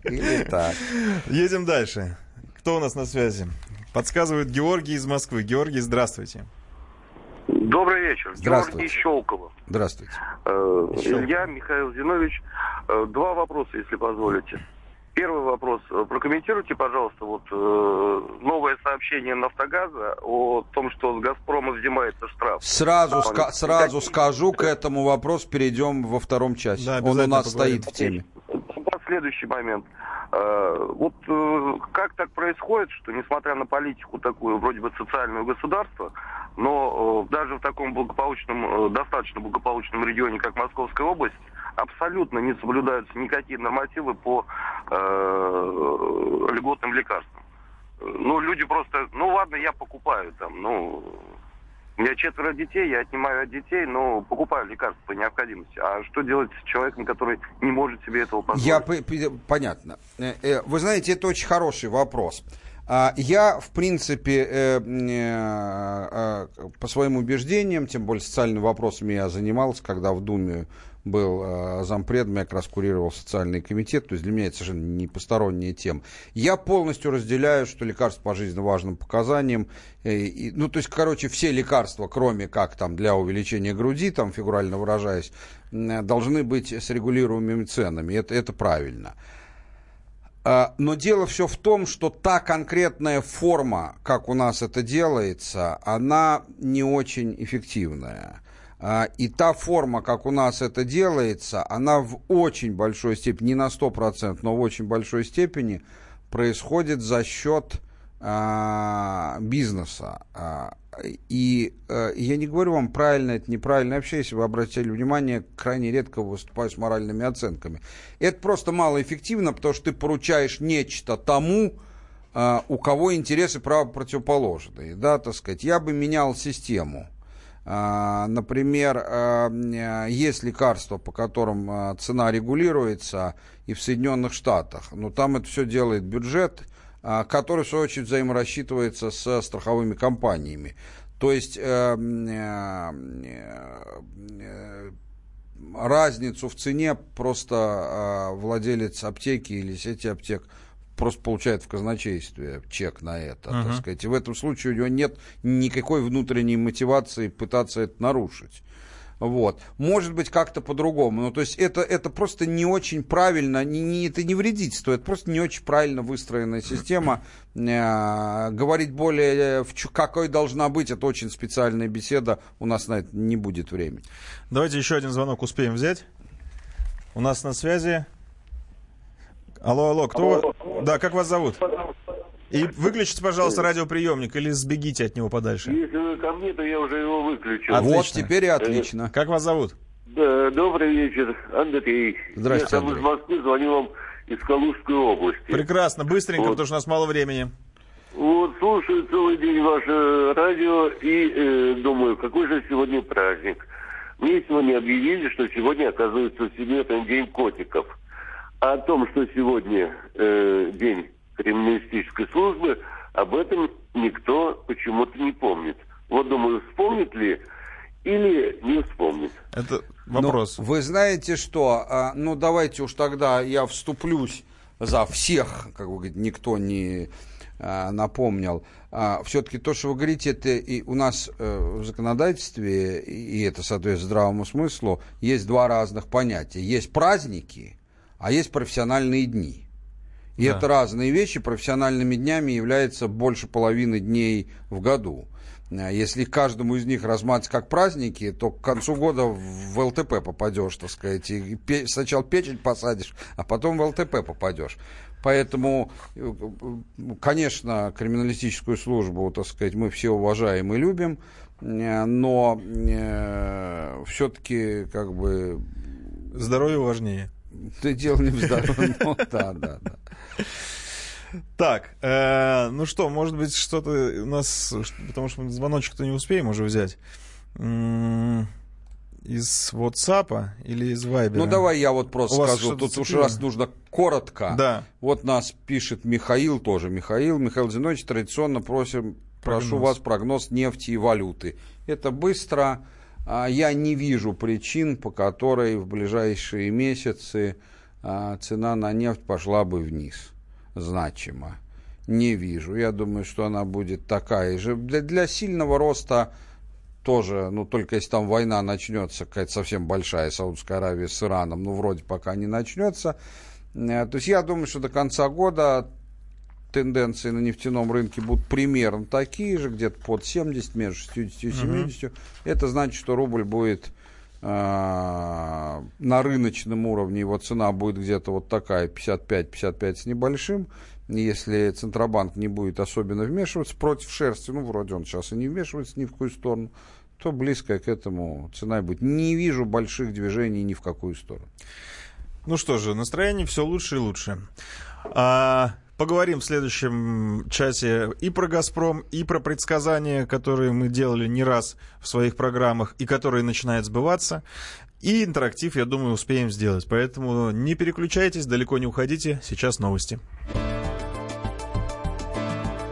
Едем дальше. Кто у нас на связи? Подсказывает Георгий из Москвы. Георгий, здравствуйте. Добрый вечер. Здравствуйте. Георгий Щелково. Здравствуйте. Я, Михаил Зиновьевич. 2 вопроса, если позволите. Первый вопрос. Прокомментируйте, пожалуйста, новое сообщение «Нафтогаза» о том, что с «Газпрома» взимается штраф. Сразу скажу, к этому вопросу перейдем во втором часе. Да, он у нас стоит в теме. Следующий момент. Как так происходит, что, несмотря на политику такую, вроде бы социального государства, но даже в таком достаточно благополучном регионе, как Московская область, абсолютно не соблюдаются никакие нормативы по льготным лекарствам. Люди просто, ладно, я покупаю у меня 4 детей, я отнимаю от детей, но покупаю лекарства по необходимости. А что делать с человеком, который не может себе этого позволить? Понятно. Вы знаете, это очень хороший вопрос. Я, в принципе, по своим убеждениям, тем более социальными вопросами я занимался, когда в Думе был зампредом, я как раз курировал социальный комитет, то есть для меня это совершенно не посторонняя тема. Я полностью разделяю, что лекарства по жизненно важным показаниям, то есть, все лекарства, кроме как там для увеличения груди, там, фигурально выражаясь, должны быть с регулируемыми ценами, это правильно. Но дело все в том, что та конкретная форма, как у нас это делается, она не очень эффективная. И та форма, как у нас это делается, она в очень большой степени, не на 100%, но в очень большой степени происходит за счет бизнеса. И я не говорю вам, правильно это, неправильно. Вообще, если вы обратили внимание, крайне редко выступаю с моральными оценками. Это просто малоэффективно, потому что ты поручаешь нечто тому, у кого интересы право противоположные. Да, так сказать. Я бы менял систему. Например, есть лекарства, по которым цена регулируется, и в Соединенных Штатах. Но там это все делает бюджет, который, в свою очередь, взаиморассчитывается со страховыми компаниями. То есть разницу в цене просто владелец аптеки или сети аптек просто получает в казначействе чек на это, так сказать. И в этом случае у него нет никакой внутренней мотивации пытаться это нарушить. Вот. Может быть, как-то по-другому. То есть это просто не очень правильно, это не вредительство, это просто не очень правильно выстроенная система. Говорить более, какой должна быть, это очень специальная беседа, у нас на это не будет времени. Давайте еще один звонок успеем взять. У нас на связи. Алло, кто? Да, как вас зовут? И выключите, пожалуйста, радиоприемник или сбегите от него подальше. Если вы ко мне, то я уже его выключил. Отлично. Вот, теперь и отлично. Как вас зовут? Да, добрый вечер, Андрей. Здравствуйте, Андрей. Я сам из Москвы, звоню вам из Калужской области. Прекрасно, быстренько, потому что у нас мало времени. Вот, слушаю целый день ваше радио и думаю, какой же сегодня праздник. Мне сегодня объявили, что сегодня, оказывается, Всемирный день котиков. А о том, что сегодня день криминалистической службы, об этом никто почему-то не помнит. Вот думаю, вспомнит ли или не вспомнит. Это вопрос. Вы знаете что, давайте уж тогда я вступлюсь за всех, как вы говорите, никто не напомнил. Все-таки то, что вы говорите, это и у нас в законодательстве, и это соответствует здравому смыслу, есть два разных понятия. Есть праздники, а есть профессиональные дни. И это разные вещи. Профессиональными днями является больше половины дней в году. Если каждому из них рассматривать как праздники, то к концу года в ЛТП попадешь, так сказать. И сначала печень посадишь, а потом в ЛТП попадешь. Поэтому, конечно, криминалистическую службу, так сказать, мы все уважаем и любим, но все-таки как бы... Здоровье важнее. Да дело не в здоровье. Да. Так, ну что, может быть, что-то у нас, потому что мы звоночек-то не успеем уже взять, из WhatsApp или из Viber? Ну, давай я вот просто скажу, тут уж раз нужно коротко. Да. Вот нас пишет Михаил тоже. Михаил Зинович, традиционно прошу вас прогноз нефти и валюты. Это быстро. Я не вижу причин, по которой в ближайшие месяцы цена на нефть пошла бы вниз. Значимо. Не вижу. Я думаю, что она будет такая же. Для сильного роста тоже, только если там война начнется, какая-то совсем большая, Саудовская Аравия с Ираном, вроде пока не начнется. То есть я думаю, что до конца года тенденции на нефтяном рынке будут примерно такие же, где-то под 70, между 60 и 70. Это значит, что рубль будет на рыночном уровне, его цена будет где-то вот такая, 55 с небольшим. Если Центробанк не будет особенно вмешиваться против шерсти, вроде он сейчас и не вмешивается ни в какую сторону, то близкая к этому цена будет. Не вижу больших движений ни в какую сторону. Ну что же, настроение все лучше и лучше. Поговорим в следующем часе и про «Газпром», и про предсказания, которые мы делали не раз в своих программах, и которые начинают сбываться. И интерактив, я думаю, успеем сделать. Поэтому не переключайтесь, далеко не уходите. Сейчас новости.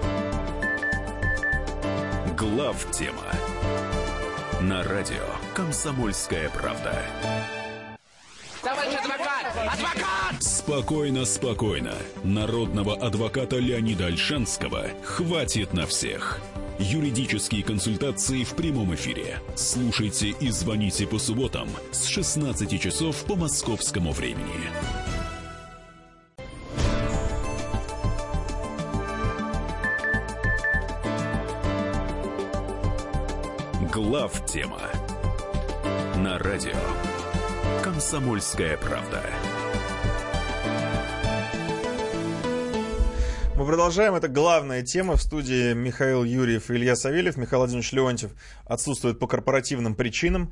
Главтема на радио «Комсомольская правда». Товарищ адвокат! Адвокат! Спокойно, спокойно. Народного адвоката Леонида Ольшанского хватит на всех. Юридические консультации в прямом эфире. Слушайте и звоните по субботам с 16 часов по московскому времени. Главтема на радио «Комсомольская правда». Мы продолжаем. Это главная тема. В студии Михаил Юрьев и Илья Савельев. Михаил Владимирович Леонтьев отсутствует по корпоративным причинам.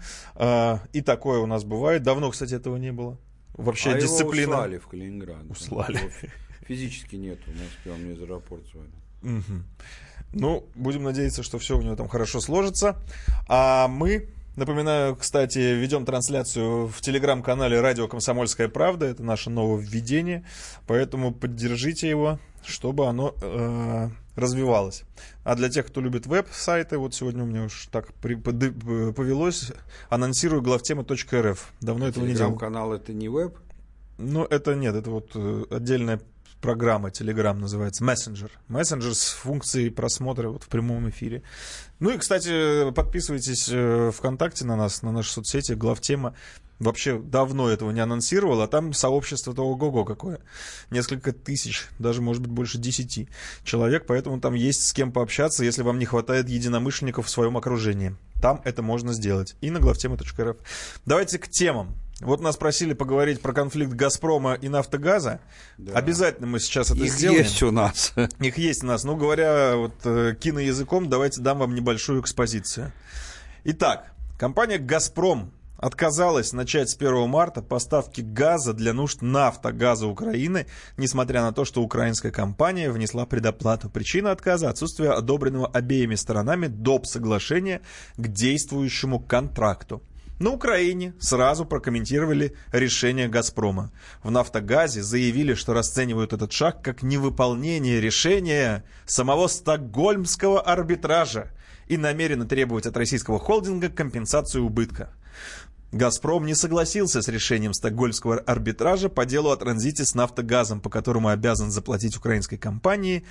И такое у нас бывает. Давно, кстати, этого не было. Вообще дисциплина. Его услали в Калининград. Услали. Физически нет. У нас прям мне из аэропорта звонят. Угу. Ну, будем надеяться, что все у него там хорошо сложится. А мы, напоминаю, кстати, ведем трансляцию в телеграм-канале «Радио Комсомольская правда». Это наше нововведение. Поэтому поддержите его, чтобы оно развивалось. А для тех, кто любит веб-сайты, вот сегодня у меня уж так повелось, анонсирую главтема.рф. Давно этого не делал. Телеграм-канал — это не веб? Ну, это нет, это вот отдельная программа Telegram называется Messenger. Messenger с функцией просмотра вот в прямом эфире. Ну и, кстати, подписывайтесь ВКонтакте на нас, на наши соцсети. Главтема вообще давно этого не анонсировал, а там сообщество-то ого-го какое. Несколько тысяч, даже, может быть, больше 10 человек, поэтому там есть с кем пообщаться, если вам не хватает единомышленников в своем окружении. Там это можно сделать. И на главтема.рф. Давайте к темам. Вот нас просили поговорить про конфликт «Газпрома» и «Нафтогаза». Да. Обязательно мы сейчас это сделаем. Их есть у нас. Их есть у нас. Ну, говоря вот киноязыком, давайте дам вам небольшую экспозицию. Итак, компания «Газпром» отказалась начать с 1 марта поставки газа для нужд «Нафтогаза Украины», несмотря на то, что украинская компания внесла предоплату. Причина отказа — отсутствие одобренного обеими сторонами доп. Соглашения к действующему контракту. На Украине сразу прокомментировали решение «Газпрома». В «Нафтогазе» заявили, что расценивают этот шаг как невыполнение решения самого Стокгольмского арбитража и намерены требовать от российского холдинга компенсацию убытка. «Газпром» не согласился с решением Стокгольмского арбитража по делу о транзите с «Нафтогазом», по которому обязан заплатить украинской компании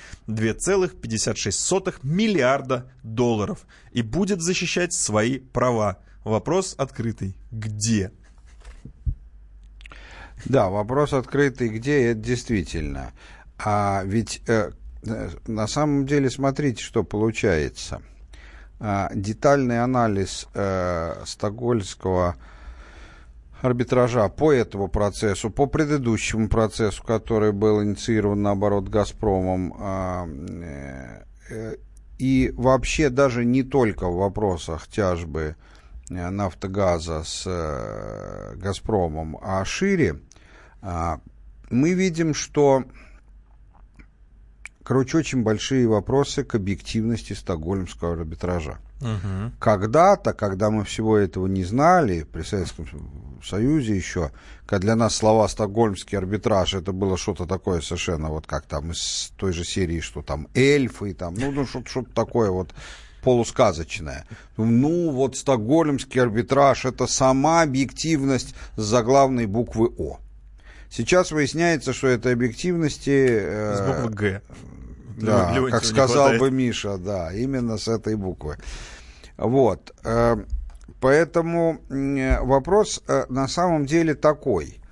$2,56 миллиарда и будет защищать свои права. Вопрос открытый. Где? Да, вопрос открытый. Где? Это действительно. А ведь на самом деле, смотрите, что получается. Детальный анализ стокгольмского арбитража по этому процессу, по предыдущему процессу, который был инициирован, наоборот, «Газпромом», и вообще даже не только в вопросах тяжбы «Нафтогаза» с «Газпромом», а шире, мы видим, что, короче, очень большие вопросы к объективности стокгольмского арбитража. Угу. Когда-то, когда мы всего этого не знали, при Советском Союзе еще, когда для нас слова «стокгольмский арбитраж» это было что-то такое совершенно, вот как там из той же серии, что там эльфы, там, ну что-то такое вот полусказочное. Ну, вот стокгольмский арбитраж — это сама объективность с заглавной буквы «О». Сейчас выясняется, что это объективности... с буквы «Г». Да, как сказал бы Миша, да, именно с этой буквы. Вот. Поэтому вопрос на самом деле такой.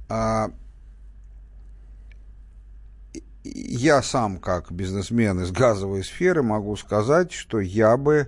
Я сам, как бизнесмен из газовой сферы, могу сказать, что я бы,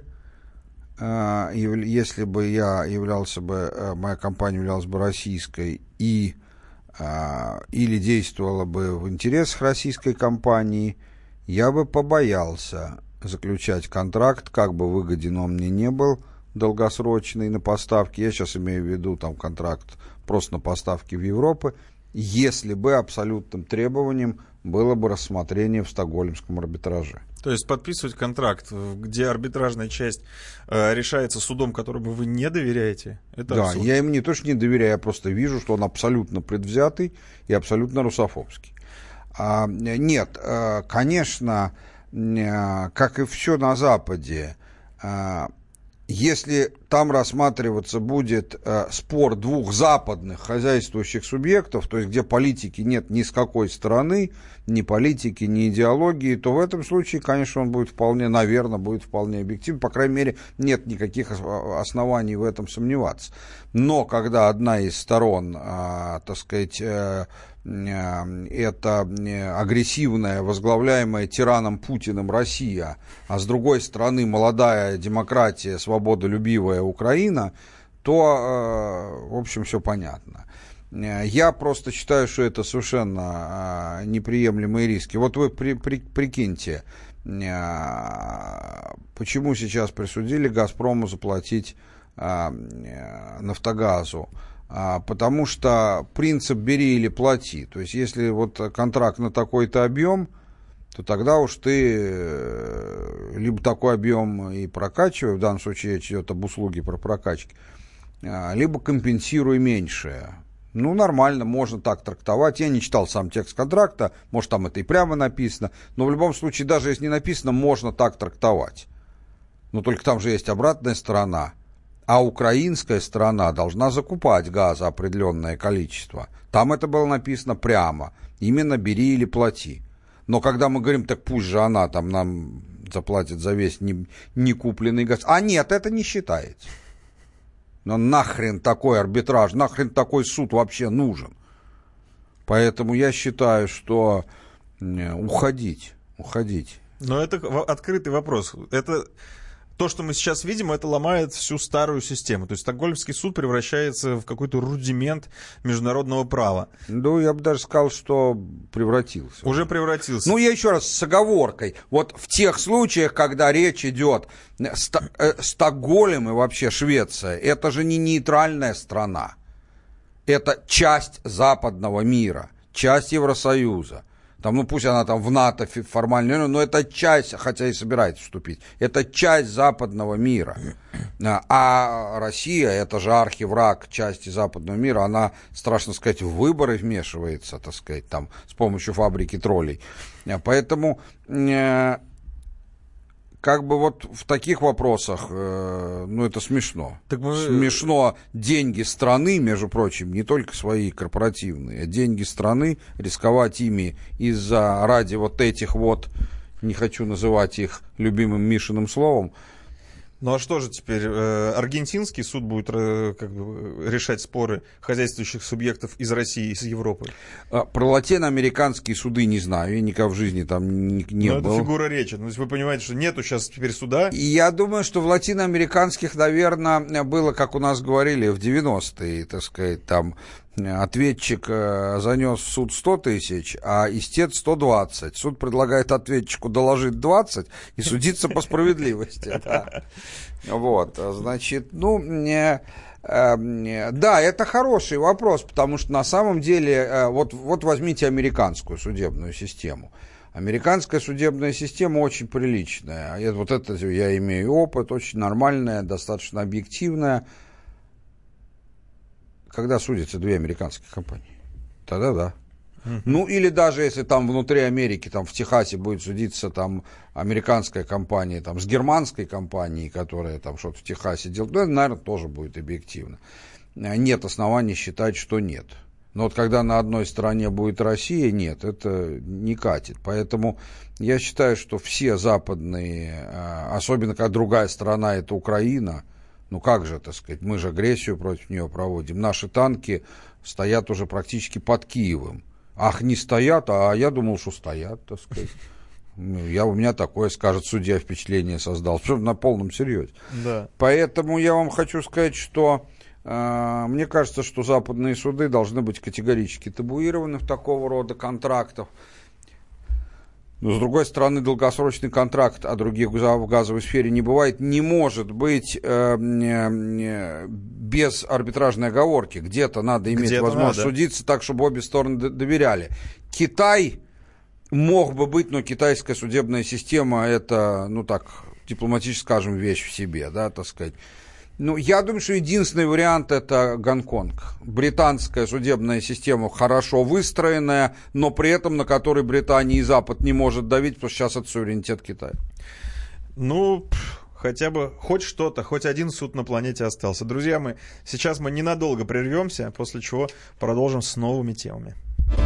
если бы я являлся бы, моя компания являлась бы российской или действовала бы в интересах российской компании, я бы побоялся заключать контракт, как бы выгоден он мне не был, долгосрочный на поставки. Я сейчас имею в виду там контракт просто на поставки в Европу, если бы абсолютным требованием было бы рассмотрение в стокгольмском арбитраже. То есть подписывать контракт, где арбитражная часть решается судом, которому вы не доверяете, это да, абсурд. Я им не то что не доверяю, я просто вижу, что он абсолютно предвзятый и абсолютно русофобский. Нет, конечно, как и все на Западе, Если там рассматриваться будет спор двух западных хозяйствующих субъектов, то есть где политики нет ни с какой стороны, ни политики, ни идеологии, то в этом случае, конечно, он будет вполне, наверное, будет вполне объективен. По крайней мере, нет никаких оснований в этом сомневаться. Но когда одна из сторон, так сказать, это агрессивная, возглавляемая тираном Путиным Россия, а с другой стороны молодая демократия, свободолюбивая Украина, то, в общем, все понятно. Я просто считаю, что это совершенно неприемлемые риски. Вот вы прикиньте, почему сейчас присудили «Газпрому» заплатить «Нафтогазу». Потому что принцип «бери или плати». То есть, если вот контракт на такой-то объем, то тогда уж ты либо такой объем и прокачивай, в данном случае речь идет об услуге про прокачки, либо компенсируй меньшее. Ну, нормально, можно так трактовать. Я не читал сам текст контракта, может, там это и прямо написано, но в любом случае, даже если не написано, можно так трактовать. Но только там же есть обратная сторона. А украинская сторона должна закупать газа определенное количество. Там это было написано прямо. Именно «бери или плати». Но когда мы говорим, так пусть же она там нам заплатит за весь не купленный газ. А нет, это не считается. Но нахрен такой арбитраж, нахрен такой суд вообще нужен. Поэтому я считаю, что уходить. Но это открытый вопрос. Это... То, что мы сейчас видим, это ломает всю старую систему. То есть Стокгольмский суд превращается в какой-то рудимент международного права. Ну, я бы даже сказал, что превратился. Уже превратился. Ну, я еще раз с оговоркой. Вот в тех случаях, когда речь идет Стокгольм и вообще Швеция, это же не нейтральная страна. Это часть западного мира, часть Евросоюза. Там, ну, пусть она там в НАТО формально, но это часть, хотя и собирается вступить, это часть западного мира. А Россия, это же архивраг части западного мира, она, страшно сказать, в выборы вмешивается, так сказать, там, с помощью фабрики троллей. Поэтому, как бы вот в таких вопросах, ну, это смешно. Смешно деньги страны, между прочим, не только свои корпоративные, а деньги страны, рисковать ими ради вот этих вот, не хочу называть их любимым Мишиным словом. Ну а что же теперь? Аргентинский суд будет решать споры хозяйствующих субъектов из России и из Европы? Про латиноамериканские суды не знаю, я никогда в жизни там не был. Это фигура речи. То есть вы понимаете, что нету сейчас теперь суда? И я думаю, что в латиноамериканских, наверное, было, как у нас говорили, в 90-е, так сказать, там ответчик занес в суд 100 тысяч, а истец 120. Суд предлагает ответчику доложить 20 и судиться по справедливости. Вот, значит, ну, да, это хороший вопрос, потому что на самом деле, вот возьмите американскую судебную систему. Американская судебная система очень приличная. Вот это я имею опыт, очень нормальная, достаточно объективная. Когда судятся две американские компании? Тогда да. Ну, или даже если там внутри Америки, там в Техасе будет судиться там американская компания там с германской компанией, которая там что-то в Техасе делает, ну, это, наверное, тоже будет объективно. Нет оснований считать, что нет. Но вот когда на одной стороне будет Россия, нет, это не катит. Поэтому я считаю, что все западные, особенно когда другая сторона это Украина, ну как же, так сказать, мы же агрессию против нее проводим. Наши танки стоят уже практически под Киевом. Ах, не стоят, а я думал, что стоят, так сказать. У меня такое, скажет судья, впечатление создал. Причем на полном серьезе. Да. Поэтому я вам хочу сказать, что мне кажется, что западные суды должны быть категорически табуированы в такого рода контрактах. Но, с другой стороны, долгосрочный контракт, а других в газовой сфере не бывает, не может быть без арбитражной оговорки. Где-то надо иметь возможность судиться так, чтобы обе стороны доверяли. Китай мог бы быть, но китайская судебная система, это, ну так, дипломатически скажем, вещь в себе, да, так сказать. Ну, я думаю, что единственный вариант это Гонконг. Британская судебная система хорошо выстроенная, но при этом на которой Британия и Запад не может давить, потому что сейчас это суверенитет Китая. Ну, хотя бы хоть что-то, хоть один суд на планете остался. Друзья мои, сейчас мы ненадолго прервемся, после чего продолжим с новыми темами.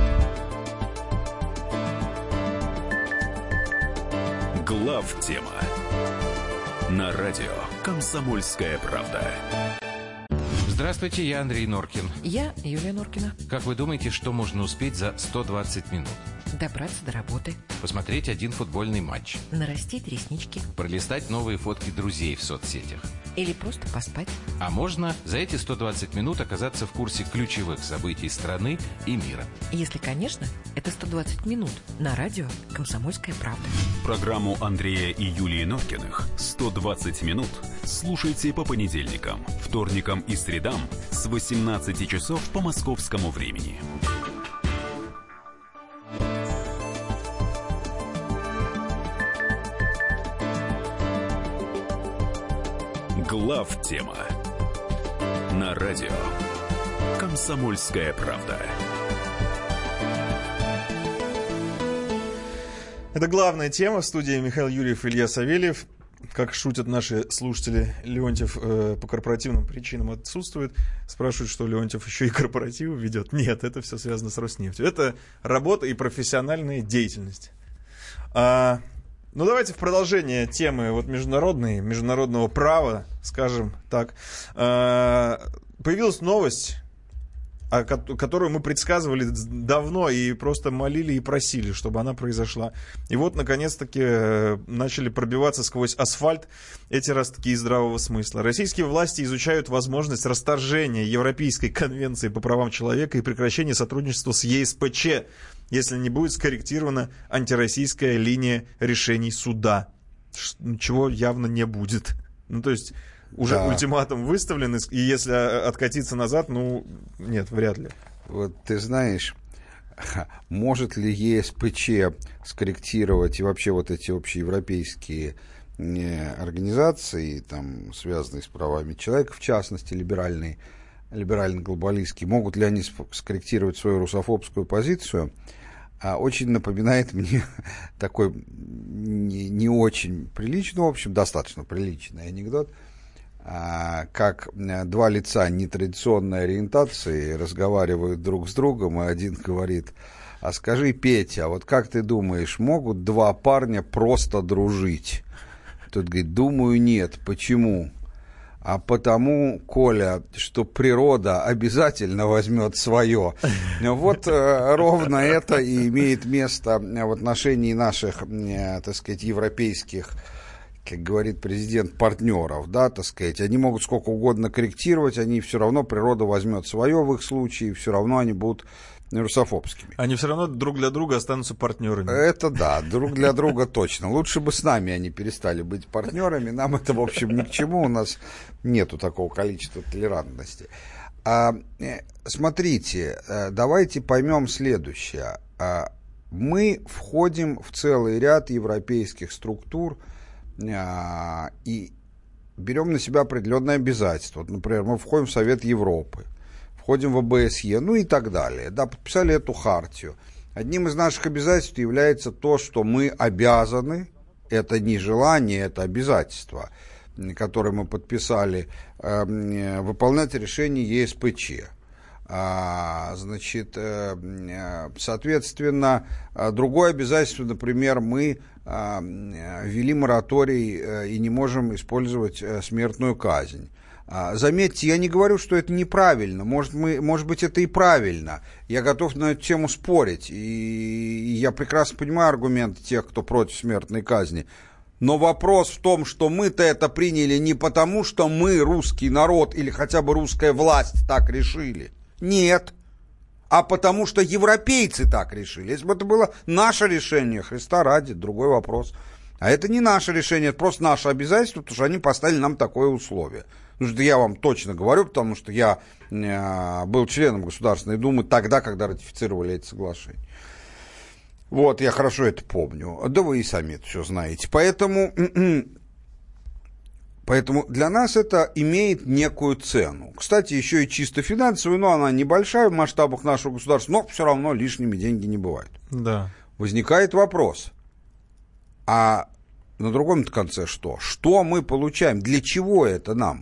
Главтема на радио «Комсомольская правда». Здравствуйте, я Андрей Норкин. Я Юлия Норкина. Как вы думаете, что можно успеть за 120 минут? Добраться до работы. Посмотреть один футбольный матч. Нарастить реснички. Пролистать новые фотки друзей в соцсетях. Или просто поспать. А можно за эти 120 минут оказаться в курсе ключевых событий страны и мира. Если, конечно, это 120 минут на радио «Комсомольская правда». Программу Андрея и Юлии Норкиных «120 минут» слушайте по понедельникам, вторникам и средам с 18 часов по московскому времени. Главтема на радио «Комсомольская правда». Это главная тема. В студии Михаил Юрьев, Илья Савельев. Как шутят наши слушатели, Леонтьев по корпоративным причинам отсутствует. Спрашивают, что Леонтьев еще и корпоративы ведет. Нет, это все связано с Роснефтью. Это работа и профессиональная деятельность. Ну, давайте в продолжение темы международного права, скажем так. Появилась новость, которую мы предсказывали давно и просто молили и просили, чтобы она произошла. И вот, наконец-таки, начали пробиваться сквозь асфальт эти ростки здравого смысла. Российские власти изучают возможность расторжения Европейской конвенции по правам человека и прекращения сотрудничества с ЕСПЧ, если не будет скорректирована антироссийская линия решений суда, чего явно не будет. Ну, то есть уже ультиматум выставлен, и если откатиться назад, нет, вряд ли. Вот ты знаешь, может ли ЕСПЧ скорректировать и вообще вот эти общеевропейские организации, там, связанные с правами человека, в частности, либерально-глобалистские, могут ли они скорректировать свою русофобскую позицию? Очень напоминает мне такой не очень приличный, в общем, достаточно приличный анекдот, как два лица нетрадиционной ориентации разговаривают друг с другом, и один говорит: а скажи, Петя, вот как ты думаешь, могут два парня просто дружить? Тот говорит: думаю, нет. Почему? А потому, Коля, что природа обязательно возьмет свое. Вот ровно это и имеет место в отношении наших, так сказать, европейских, как говорит президент, партнеров, да, так сказать. Они могут сколько угодно корректировать, они все равно, природа возьмет свое в их случае, все равно они будут русофобскими. Они все равно друг для друга останутся партнерами. Это да, друг для друга точно. Лучше бы с нами они перестали быть партнерами. Нам это, в общем, ни к чему. У нас нету такого количества толерантности. Смотрите, давайте поймем следующее. Мы входим в целый ряд европейских структур и берем на себя определенные обязательства. Вот, например, мы входим в Совет Европы, входим в ОБСЕ, ну и так далее. Да, подписали эту хартию. Одним из наших обязательств является то, что мы обязаны, это не желание, это обязательство, которое мы подписали, выполнять решение ЕСПЧ. Значит, соответственно, другое обязательство, например, мы ввели мораторий и не можем использовать смертную казнь. Заметьте, я не говорю, что это неправильно. Может быть, это и правильно. Я готов на эту тему спорить. И я прекрасно понимаю аргументы тех, кто против смертной казни. Но вопрос в том, что мы-то это приняли не потому, что мы, русский народ, или хотя бы русская власть так решили. Нет. А потому что европейцы так решили. Если бы это было наше решение, Христа ради, другой вопрос. А это не наше решение, это просто наше обязательство, потому что они поставили нам такое условие. Потому что я вам точно говорю, потому что я был членом Государственной Думы тогда, когда ратифицировали эти соглашения. Вот, я хорошо это помню. Да вы и сами это все знаете. Поэтому для нас это имеет некую цену. Кстати, еще и чисто финансовую, но она небольшая в масштабах нашего государства, но все равно лишними деньги не бывают. Да. Возникает вопрос, а на другом конце что? Что мы получаем? Для чего это нам?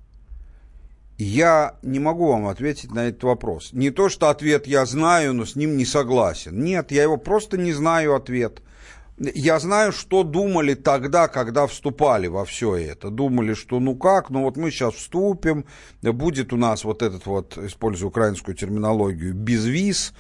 Я не могу вам ответить на этот вопрос. Не то, что ответ я знаю, но с ним не согласен. Нет, я его просто не знаю ответ. Я знаю, что думали тогда, когда вступали во все это. Думали, что ну вот мы сейчас вступим, будет у нас вот этот вот, используя украинскую терминологию, безвиз,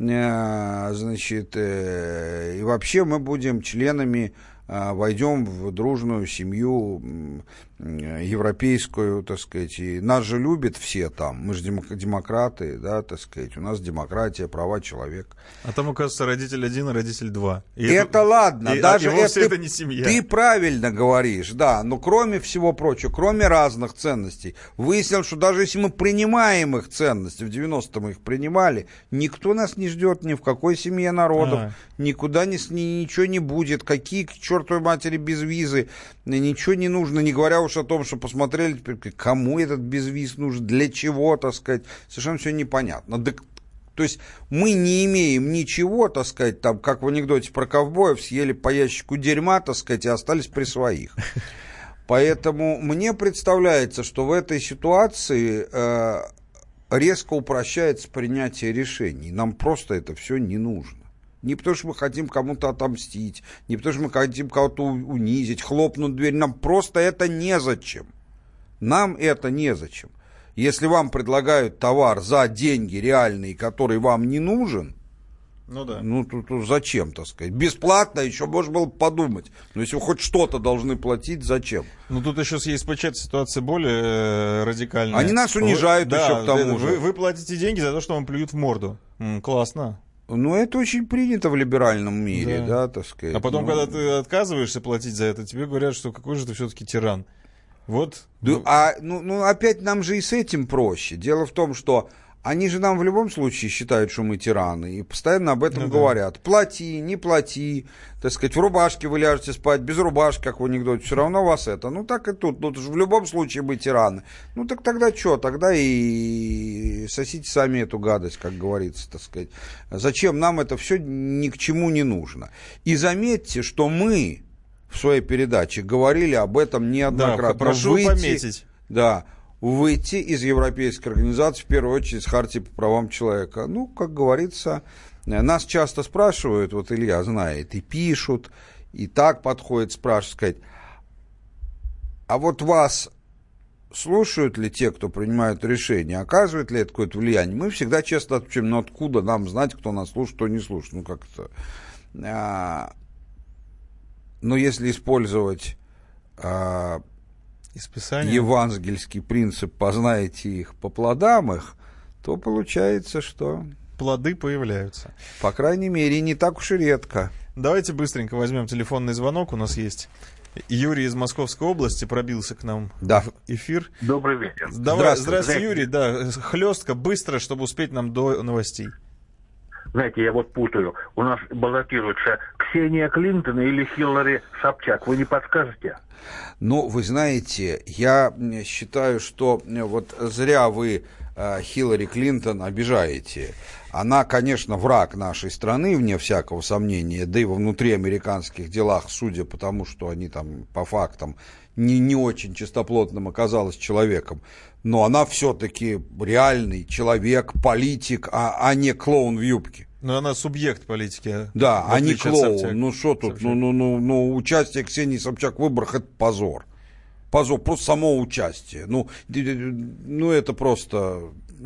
значит, и вообще мы будем членами, войдем в дружную семью европейскую, так сказать, и нас же любят все там, мы же демократы, да, так сказать, у нас демократия, права человека. А там, оказывается, родитель один, а родитель два. Это ладно, даже это не семья. Ты правильно говоришь, да, но кроме всего прочего, кроме разных ценностей, выяснилось, что даже если мы принимаем их ценности, в 90-м мы их принимали, никто нас не ждет ни в какой семье народов, никуда ничего не будет, какие к чертовой матери без визы, ничего не нужно, не говоря уж о том, что посмотрели, кому этот безвиз нужен, для чего, так сказать, совершенно все непонятно. То есть мы не имеем ничего, так сказать, там, как в анекдоте про ковбоев, съели по ящику дерьма, так сказать, и остались при своих. Поэтому мне представляется, что в этой ситуации резко упрощается принятие решений. Нам просто это все не нужно. Не потому, что мы хотим кому-то отомстить, не потому, что мы хотим кого-то унизить, хлопнуть дверь. Нам просто это незачем. Нам это незачем. Если вам предлагают товар за деньги реальные, который вам не нужен, тут зачем, так сказать? Бесплатно еще можно было подумать. Но если вы хоть что-то должны платить, зачем? Ну, тут еще с ЕСПЧ ситуация более радикальная. Они нас унижают еще к тому же. Вы платите деньги за то, что вам плюют в морду. Классно. Ну, это очень принято в либеральном мире, да, так сказать. А потом, когда ты отказываешься платить за это, тебе говорят, что какой же ты все-таки тиран. Вот. Опять нам же и с этим проще. Дело в том, что они же нам в любом случае считают, что мы тираны, и постоянно об этом говорят. Плати, не плати, так сказать, в рубашке вы ляжете спать, без рубашки, как в анекдоте, все равно вас это. Ну, так и тут. Ну, в любом случае мы тираны. Ну, так тогда что? Тогда и сосите сами эту гадость, как говорится, так сказать. Зачем нам это все ни к чему не нужно? И заметьте, что мы в своей передаче говорили об этом неоднократно. Да, прошу пометить. Да. Выйти из европейской организации, в первую очередь, с Хартии по правам человека. Ну, как говорится, нас часто спрашивают, вот Илья знает, и пишут, и так подходят, спрашивают, сказать, а вот вас слушают ли те, кто принимают решения, оказывает ли это какое-то влияние? Мы всегда честно отвечаем, ну, откуда нам знать, кто нас слушает, кто не слушает? Ну, как-то... Но если использовать... евангельский принцип «познайте их по плодам их», то получается, что... Плоды появляются. По крайней мере, не так уж и редко. Давайте быстренько возьмем телефонный звонок. У нас есть Юрий из Московской области, пробился к нам в эфир. Добрый вечер. Здравствуйте, Юрий. Да, хлестко, быстро, чтобы успеть нам до новостей. Знаете, я вот путаю. У нас баллотируется Ксения Клинтон или Хиллари Собчак. Вы не подскажете? Ну, вы знаете, я считаю, что вот зря вы Хиллари Клинтон обижаете. Она, конечно, враг нашей страны, вне всякого сомнения, да и во внутриамериканских делах, судя по тому, что они там по фактам не очень чистоплотным оказалась человеком. Но она все-таки реальный человек, политик, а не клоун в юбке. Но она субъект политики. Да, а не клоун. Ну что тут? Ну, участие Ксении Собчак в выборах — это позор. Позор, просто само участие. Ну это просто...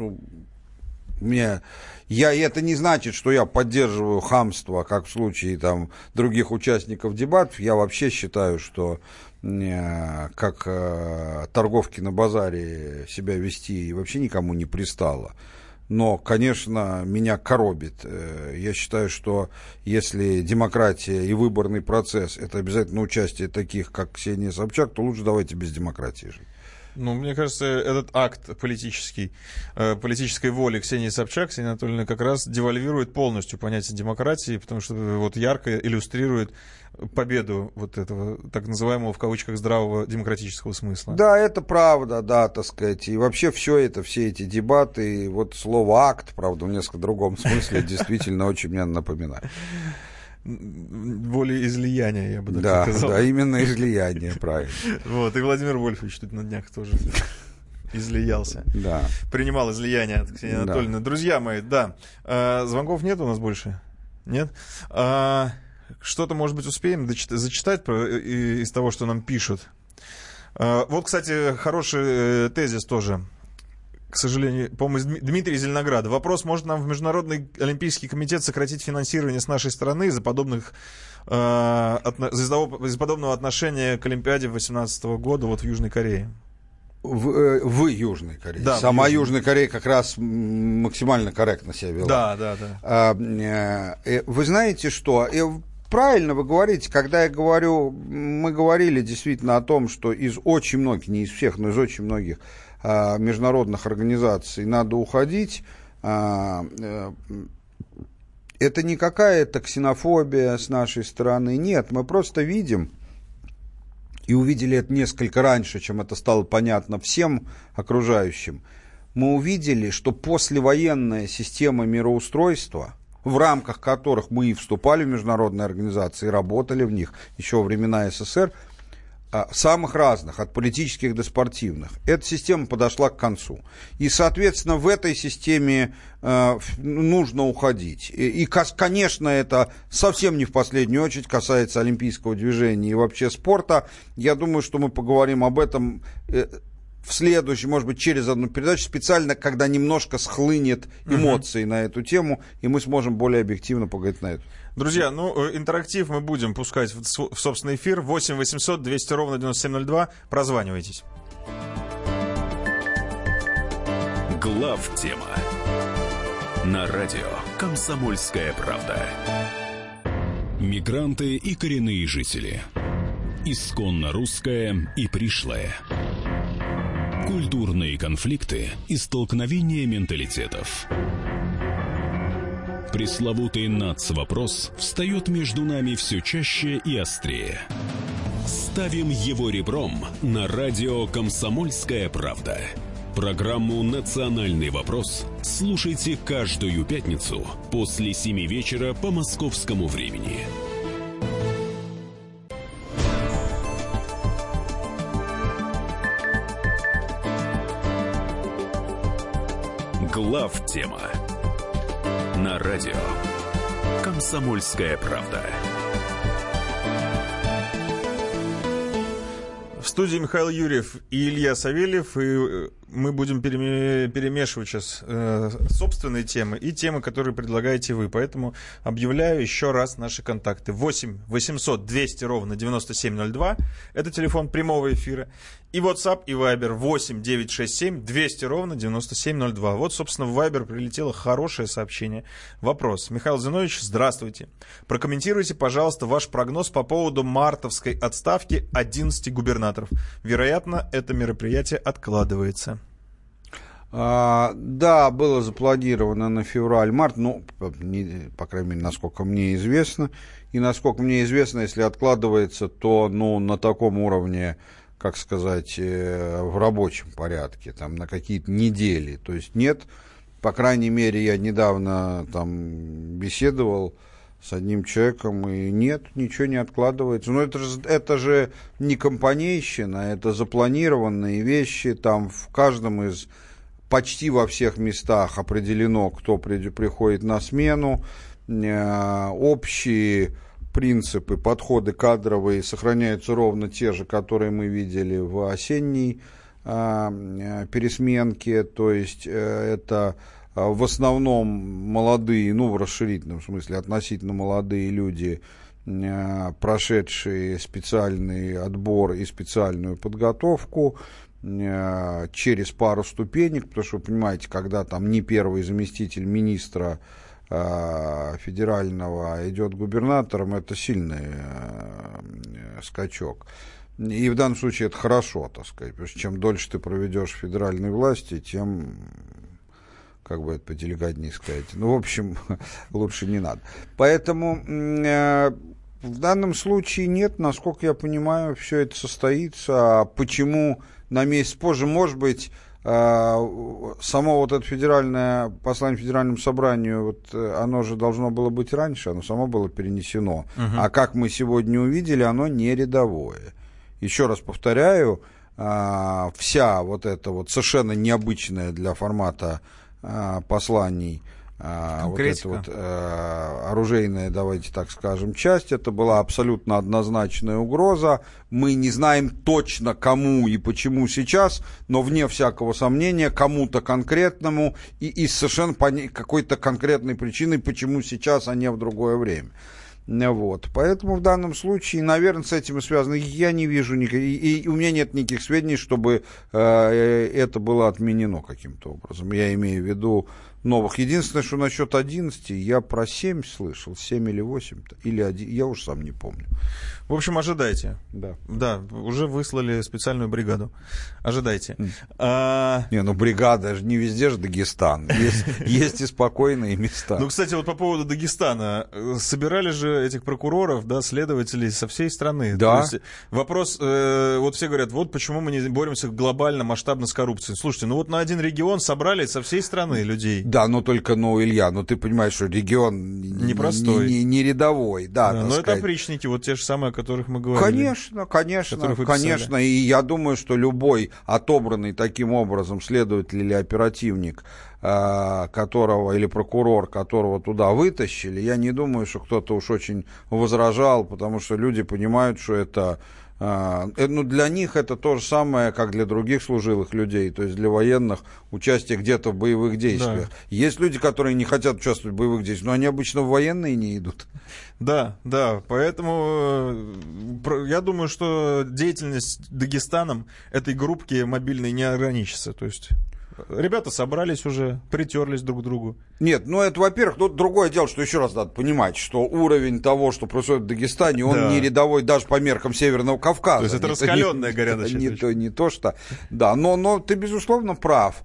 Это не значит, что я поддерживаю хамство, как в случае там других участников дебатов. Я вообще считаю, что как торговки на базаре себя вести вообще никому не пристало. Но, конечно, меня коробит. Я считаю, что если демократия и выборный процесс — это обязательно участие таких, как Ксения Собчак, то лучше давайте без демократии жить. Ну, мне кажется, этот акт политической воли Ксении Собчак, Ксения Анатольевна, как раз девальвирует полностью понятие демократии, потому что вот ярко иллюстрирует победу вот этого так называемого в кавычках здравого демократического смысла. Да, это правда, да, так сказать. И вообще все эти дебаты, вот слово акт, правда, в несколько другом смысле, действительно очень мне напоминает. волеизлияния, я бы так сказал. Да, именно излияние, правильно. Вот, и Владимир Вольфович тут на днях тоже излиялся. Да. Принимал излияние от Ксении Анатольевны. Друзья мои, да, звонков нет у нас больше? Нет? Что-то, может быть, успеем зачитать из того, что нам пишут. Вот, кстати, хороший тезис тоже. К сожалению, по-моему, Дмитрий из Зеленограда. Вопрос: может нам в Международный Олимпийский комитет сократить финансирование с нашей стороны из-за подобного отношения к Олимпиаде 2018 года вот в Южной Корее? В Южной Корее. Да, сама Южная Корея как раз максимально корректно себя вела. Да. Вы знаете что? Правильно вы говорите, когда я говорю, мы говорили действительно о том, что из очень многих, не из всех, но из очень многих международных организаций надо уходить. Это не какая-то ксенофобия с нашей стороны, нет, мы просто видим, и увидели это несколько раньше, чем это стало понятно всем окружающим, мы увидели, что послевоенная система мироустройства, в рамках которых мы и вступали в международные организации, и работали в них еще во времена СССР, самых разных, от политических до спортивных, эта система подошла к концу. И, соответственно, в этой системе нужно уходить. И, конечно, это совсем не в последнюю очередь касается олимпийского движения и вообще спорта. Я думаю, что мы поговорим об этом в следующем, может быть, через одну передачу, специально, когда немножко схлынет эмоции на эту тему, и мы сможем более объективно поговорить на эту. Друзья, интерактив мы будем пускать в собственный эфир. 8 800 200 ровно 9702. Прозванивайтесь. Главтема на радио «Комсомольская правда». Мигранты и коренные жители. Исконно русское и пришлое. Культурные конфликты и столкновения менталитетов. Пресловутый НАЦ-вопрос встает между нами все чаще и острее. Ставим его ребром на радио «Комсомольская правда». Программу «Национальный вопрос» слушайте каждую пятницу после 7 вечера по московскому времени. Главтема на радио «Комсомольская правда». В студии Михаил Юрьев и Илья Савельев, и мы будем перемешивать сейчас собственные темы и темы, которые предлагаете вы. Поэтому объявляю еще раз наши контакты. 8 800 200 ровно 9702. Это телефон прямого эфира. И WhatsApp, и Viber 8 967 200 ровно 9702. Вот, собственно, в Viber прилетело хорошее сообщение. Вопрос. Михаил Зинович, здравствуйте. Прокомментируйте, пожалуйста, ваш прогноз по поводу мартовской отставки 11 губернаторов. Вероятно, это мероприятие откладывается. Да, было запланировано на февраль-март, по крайней мере, насколько мне известно. И насколько мне известно, если откладывается, то на таком уровне, как сказать, в рабочем порядке, там, на какие-то недели. То есть нет, по крайней мере, я недавно там беседовал с одним человеком, и нет, ничего не откладывается. Но это же не компанейщина, это запланированные вещи, там в каждом из, почти во всех местах определено, кто приходит на смену, общие принципы, подходы кадровые сохраняются ровно те же, которые мы видели в осенней пересменке, то есть это в основном молодые, в расширительном смысле, относительно молодые люди, прошедшие специальный отбор и специальную подготовку через пару ступенек, потому что вы понимаете, когда там не первый заместитель министра федерального идет губернатором, это сильный скачок. И в данном случае это хорошо, так сказать, потому что чем дольше ты проведешь в федеральной власти, тем, как бы это по-деликатнее сказать, в общем, лучше не надо. Поэтому в данном случае нет, насколько я понимаю, все это состоится. А почему на месяц позже, может быть, само вот это федеральное послание Федеральному собранию, вот, оно же должно было быть раньше, оно само было перенесено. А как мы сегодня увидели, оно не рядовое. Еще раз повторяю, вся вот эта вот совершенно необычная для формата посланий вот эта вот оружейная, давайте так скажем, часть, это была абсолютно однозначная угроза. Мы не знаем точно, кому и почему сейчас, но вне всякого сомнения, кому-то конкретному и совершенно по какой-то конкретной причиной, почему сейчас, а не в другое время. Вот. Поэтому в данном случае, наверное, с этим и связано. Я не вижу и у меня нет никаких сведений, чтобы это было отменено каким-то образом. Я имею в виду новых. Единственное, что насчет 11, я про 7 слышал, 7 или 8, или 1, я уж сам не помню. В общем, ожидайте. Да. Да, уже выслали специальную бригаду. Ожидайте. Не, ну бригада же не везде же Дагестан. Есть и спокойные места. Ну, кстати, вот по поводу Дагестана. Собирали же этих прокуроров, да, следователей со всей страны. Да. То есть вопрос, вот все говорят, вот почему мы не боремся глобально, масштабно с коррупцией. Слушайте, ну вот на один регион собрали со всей страны людей. Да, но только, Илья, ты понимаешь, что регион непростой, не рядовой. Да, но сказать. Это опричники, вот те же самые, о которых мы говорили. Конечно. И я думаю, что любой отобранный таким образом следователь или оперативник, которого, или прокурор, которого туда вытащили, я не думаю, что кто-то уж очень возражал, потому что люди понимают, что это... для них это то же самое, как для других служилых людей, то есть для военных участие где-то в боевых действиях. Да. Есть люди, которые не хотят участвовать в боевых действиях, но они обычно в военные не идут. Да, поэтому я думаю, что деятельность Дагестаном этой группки мобильной не ограничится, то есть... Ребята собрались уже, притерлись друг к другу. Нет, это, во-первых, тут другое дело, что еще раз надо понимать, что уровень того, что происходит в Дагестане, он не рядовой даже по меркам Северного Кавказа. То есть это раскаленная горячая точка. Не то, что... Да, но ты, безусловно, прав.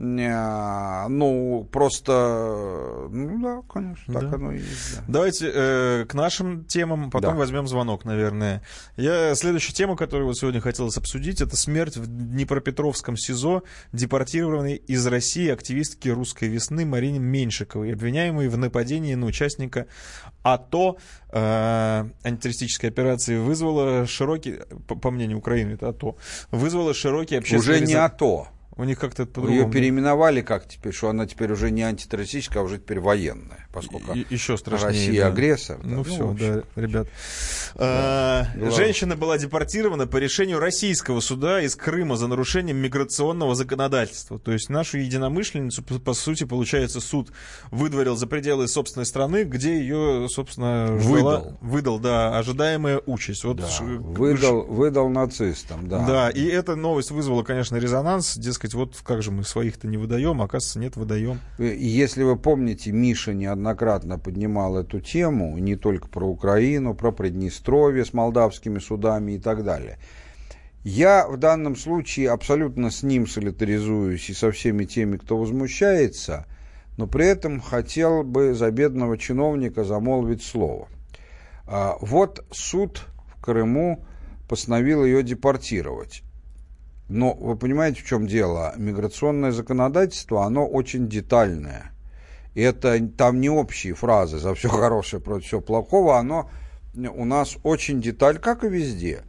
Просто... да, конечно, так оно и есть. Да. Давайте к нашим темам, потом возьмем звонок, наверное. Следующая тема, которую вот сегодня хотелось обсудить, это смерть в Днепропетровском СИЗО депортированной из России активистки «Русской весны» Марине Меньшиковой, обвиняемой в нападении на участника АТО. Антитеррористической операции вызвала широкий, по мнению Украины, это АТО, вызвала широкий общественный... Уже не АТО. У них как-то по-другому. Ее переименовали как теперь, что она теперь уже не антитеррористическая, а уже теперь военная, поскольку еще страшнее, Россия агрессор. Да. Все, ребят. Женщина была депортирована по решению российского суда из Крыма за нарушением миграционного законодательства. То есть нашу единомышленницу, по сути, получается, суд выдворил за пределы собственной страны, где ее, собственно, выдал, ожидаемая участь. Вот выдал нацистам, да. Да, и эта новость вызвала, конечно, резонанс. Дескать, вот как же мы своих-то не выдаем, а оказывается, нет, выдаем. Если вы помните, Миша неоднократно поднимал эту тему, не только про Украину, про Приднестровье с молдавскими судами и так далее. Я в данном случае абсолютно с ним солидаризуюсь и со всеми теми, кто возмущается, но при этом хотел бы за бедного чиновника замолвить слово. Вот суд в Крыму постановил ее депортировать. Но вы понимаете, в чем дело? Миграционное законодательство, оно очень детальное. Это там не общие фразы за все хорошее против всего плохого, оно у нас очень детально, как и везде.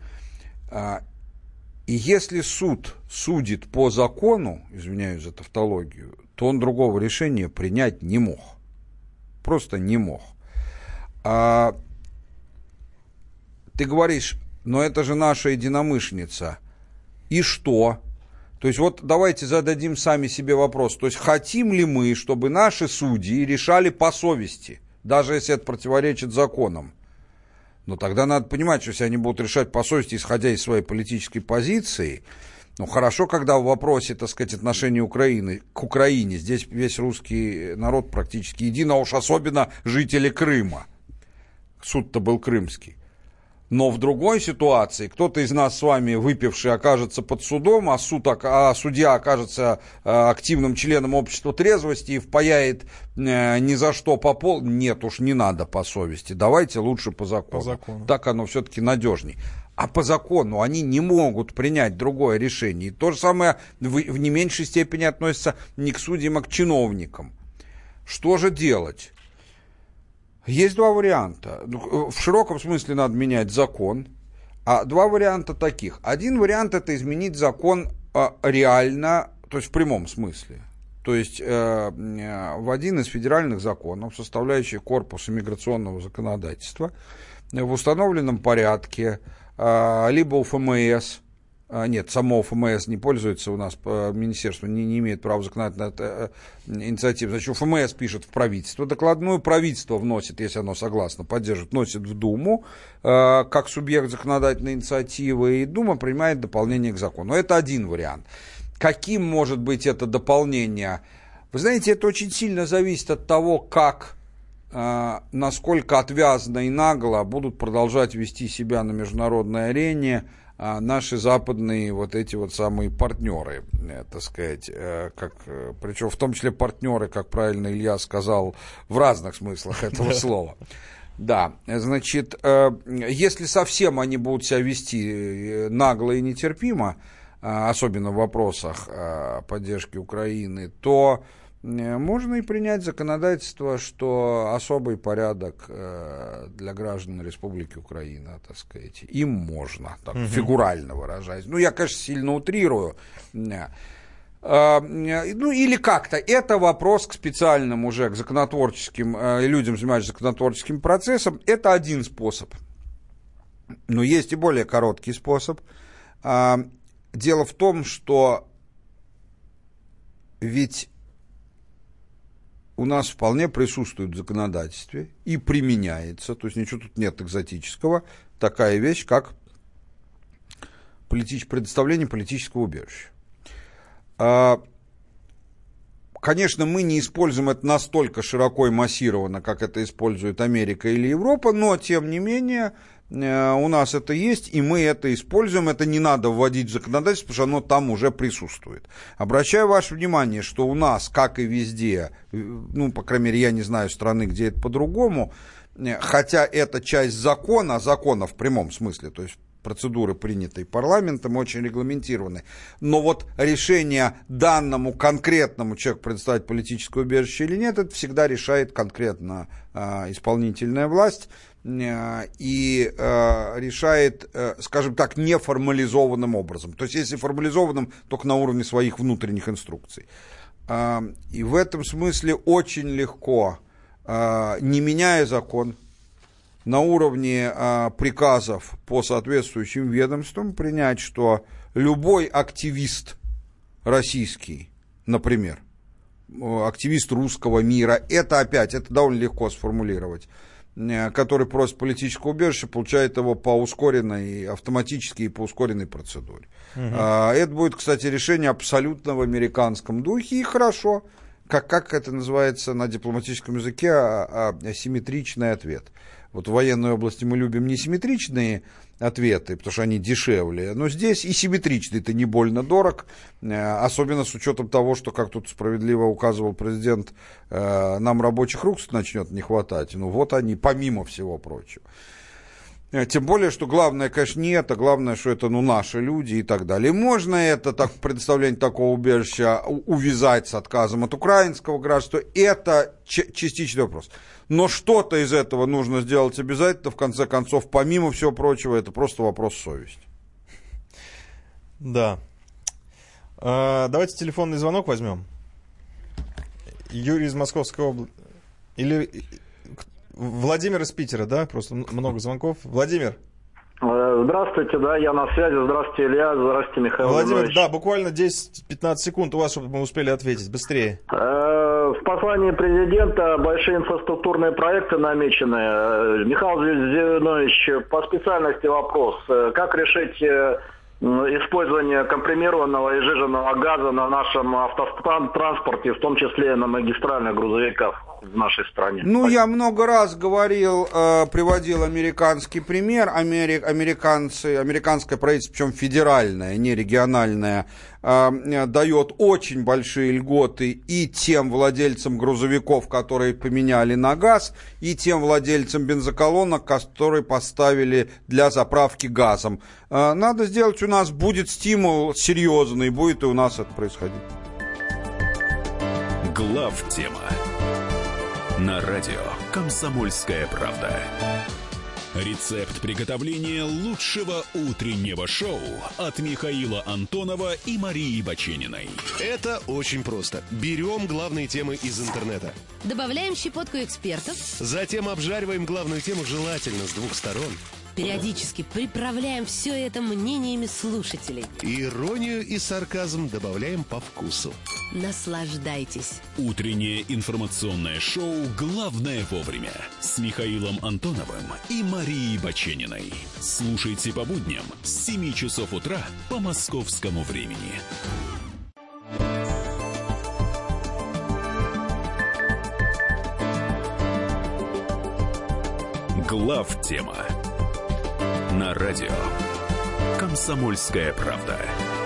И если суд судит по закону, извиняюсь за тавтологию, то он другого решения принять не мог. Просто не мог. Ты говоришь, но это же наша единомышленница. И что? То есть вот давайте зададим сами себе вопрос. То есть хотим ли мы, чтобы наши судьи решали по совести, даже если это противоречит законам? Но тогда надо понимать, что если они будут решать по совести, исходя из своей политической позиции, хорошо, когда в вопросе, так сказать, отношения Украины к Украине, здесь весь русский народ практически един, а уж особенно жители Крыма. Суд-то был крымский. Но в другой ситуации кто-то из нас с вами, выпивший, окажется под судом, а судья окажется активным членом общества трезвости и впаяет ни за что по полу. Нет уж, не надо по совести. Давайте лучше по закону. Так оно все-таки надежней. А по закону они не могут принять другое решение. И то же самое в не меньшей степени относится не к судьям, а к чиновникам. Что же делать? Есть два варианта. В широком смысле надо менять закон, а два варианта таких. Один вариант — это изменить закон реально, то есть в прямом смысле. То есть в один из федеральных законов, составляющих корпус иммиграционного законодательства, в установленном порядке, либо у ФМС, нет, само ФМС не пользуется у нас, министерство не имеет права законодательной инициативы, значит, у ФМС пишет в правительство докладную, правительство вносит, если оно согласно, поддерживает, вносит в Думу как субъект законодательной инициативы, и Дума принимает дополнение к закону. Это один вариант. Каким может быть это дополнение? Вы знаете, это очень сильно зависит от того, как, насколько отвязно и нагло будут продолжать вести себя на международной арене наши западные вот эти вот самые партнеры, так сказать, причем в том числе партнеры, как правильно Илья сказал, в разных смыслах этого слова. Да, значит, если совсем они будут себя вести нагло и нетерпимо, особенно в вопросах поддержки Украины, то можно и принять законодательство, что особый порядок для граждан Республики Украина, так сказать, им можно, так, фигурально выражаясь. Ну, я, конечно, сильно утрирую. Ну, или как-то. Это вопрос к специальным уже, к законотворческим, людям, занимающимся законотворческим процессом. Это один способ. Но есть и более короткий способ. Дело в том, что ведь у нас вполне присутствует в законодательстве и применяется, то есть ничего тут нет экзотического, такая вещь, как предоставление политического убежища. Конечно, мы не используем это настолько широко и массированно, как это использует Америка или Европа, но, тем не менее, у нас это есть, и мы это используем. Это не надо вводить в законодательство, потому что оно там уже присутствует. Обращаю ваше внимание, что у нас, как и везде, ну, по крайней мере, я не знаю страны, где это по-другому, хотя это часть закона в прямом смысле, то есть процедуры, принятые парламентом, очень регламентированы. Но вот решение данному конкретному человеку предоставить политическое убежище или нет, это всегда решает конкретно исполнительная власть и решает, скажем так, неформализованным образом. То есть, если формализованным, только на уровне своих внутренних инструкций. И в этом смысле очень легко, не меняя закон, на уровне приказов по соответствующим ведомствам принять, что любой активист российский, например, активист русского мира, это довольно легко сформулировать, который просит политического убежища, получает его по ускоренной, автоматически и по ускоренной процедуре. Это будет, кстати, решение абсолютно в американском духе, и хорошо, как это называется на дипломатическом языке, асимметричный ответ. Вот в военной области мы любим несимметричные ответы, потому что они дешевле, но здесь и симметричный-то не больно дорог, особенно с учетом того, что, как тут справедливо указывал президент, нам рабочих рук начнет не хватать. Ну вот они, помимо всего прочего. Тем более, что главное, конечно, не это, главное, что это, наши люди и так далее. Можно это, предоставление такого убежища увязать с отказом от украинского гражданства, это частичный вопрос. Но что-то из этого нужно сделать обязательно, в конце концов, помимо всего прочего, это просто вопрос совести. Да. Давайте телефонный звонок возьмем. Юрий из Московской области. Или Владимир из Питера, да? Просто много звонков. Владимир. Здравствуйте, да, я на связи. Здравствуйте, Илья. Здравствуйте, Михаил Владимир, Иванович. да, буквально 10-15 секунд у вас, чтобы мы успели ответить. Быстрее. В послании президента большие инфраструктурные проекты намечены. Михаил Зинович, по специальности вопрос. Как решить использование компримированного и сжиженного газа на нашем автотранспорте, в том числе на магистральных грузовиках? в нашей стране? Ну, я много раз говорил, приводил американский пример. Американское правительство, причем федеральное, не региональное, дает очень большие льготы и тем владельцам грузовиков, которые поменяли на газ, и тем владельцам бензоколонок, которые поставили для заправки газом. Надо сделать, у нас будет стимул серьезный, будет и у нас это происходить. Главтема на радио «Комсомольская правда». Рецепт приготовления лучшего утреннего шоу от Михаила Антонова и Марии Бачениной. Это очень просто. Берем главные темы из интернета. Добавляем щепотку экспертов. Затем обжариваем главную тему желательно с двух сторон. Периодически приправляем все это мнениями слушателей. Иронию и сарказм добавляем по вкусу. Наслаждайтесь. Утреннее информационное шоу «Главное вовремя» с Михаилом Антоновым и Марией Бачениной. Слушайте по будням с 7 часов утра по московскому времени. Главтема на радио «Комсомольская правда».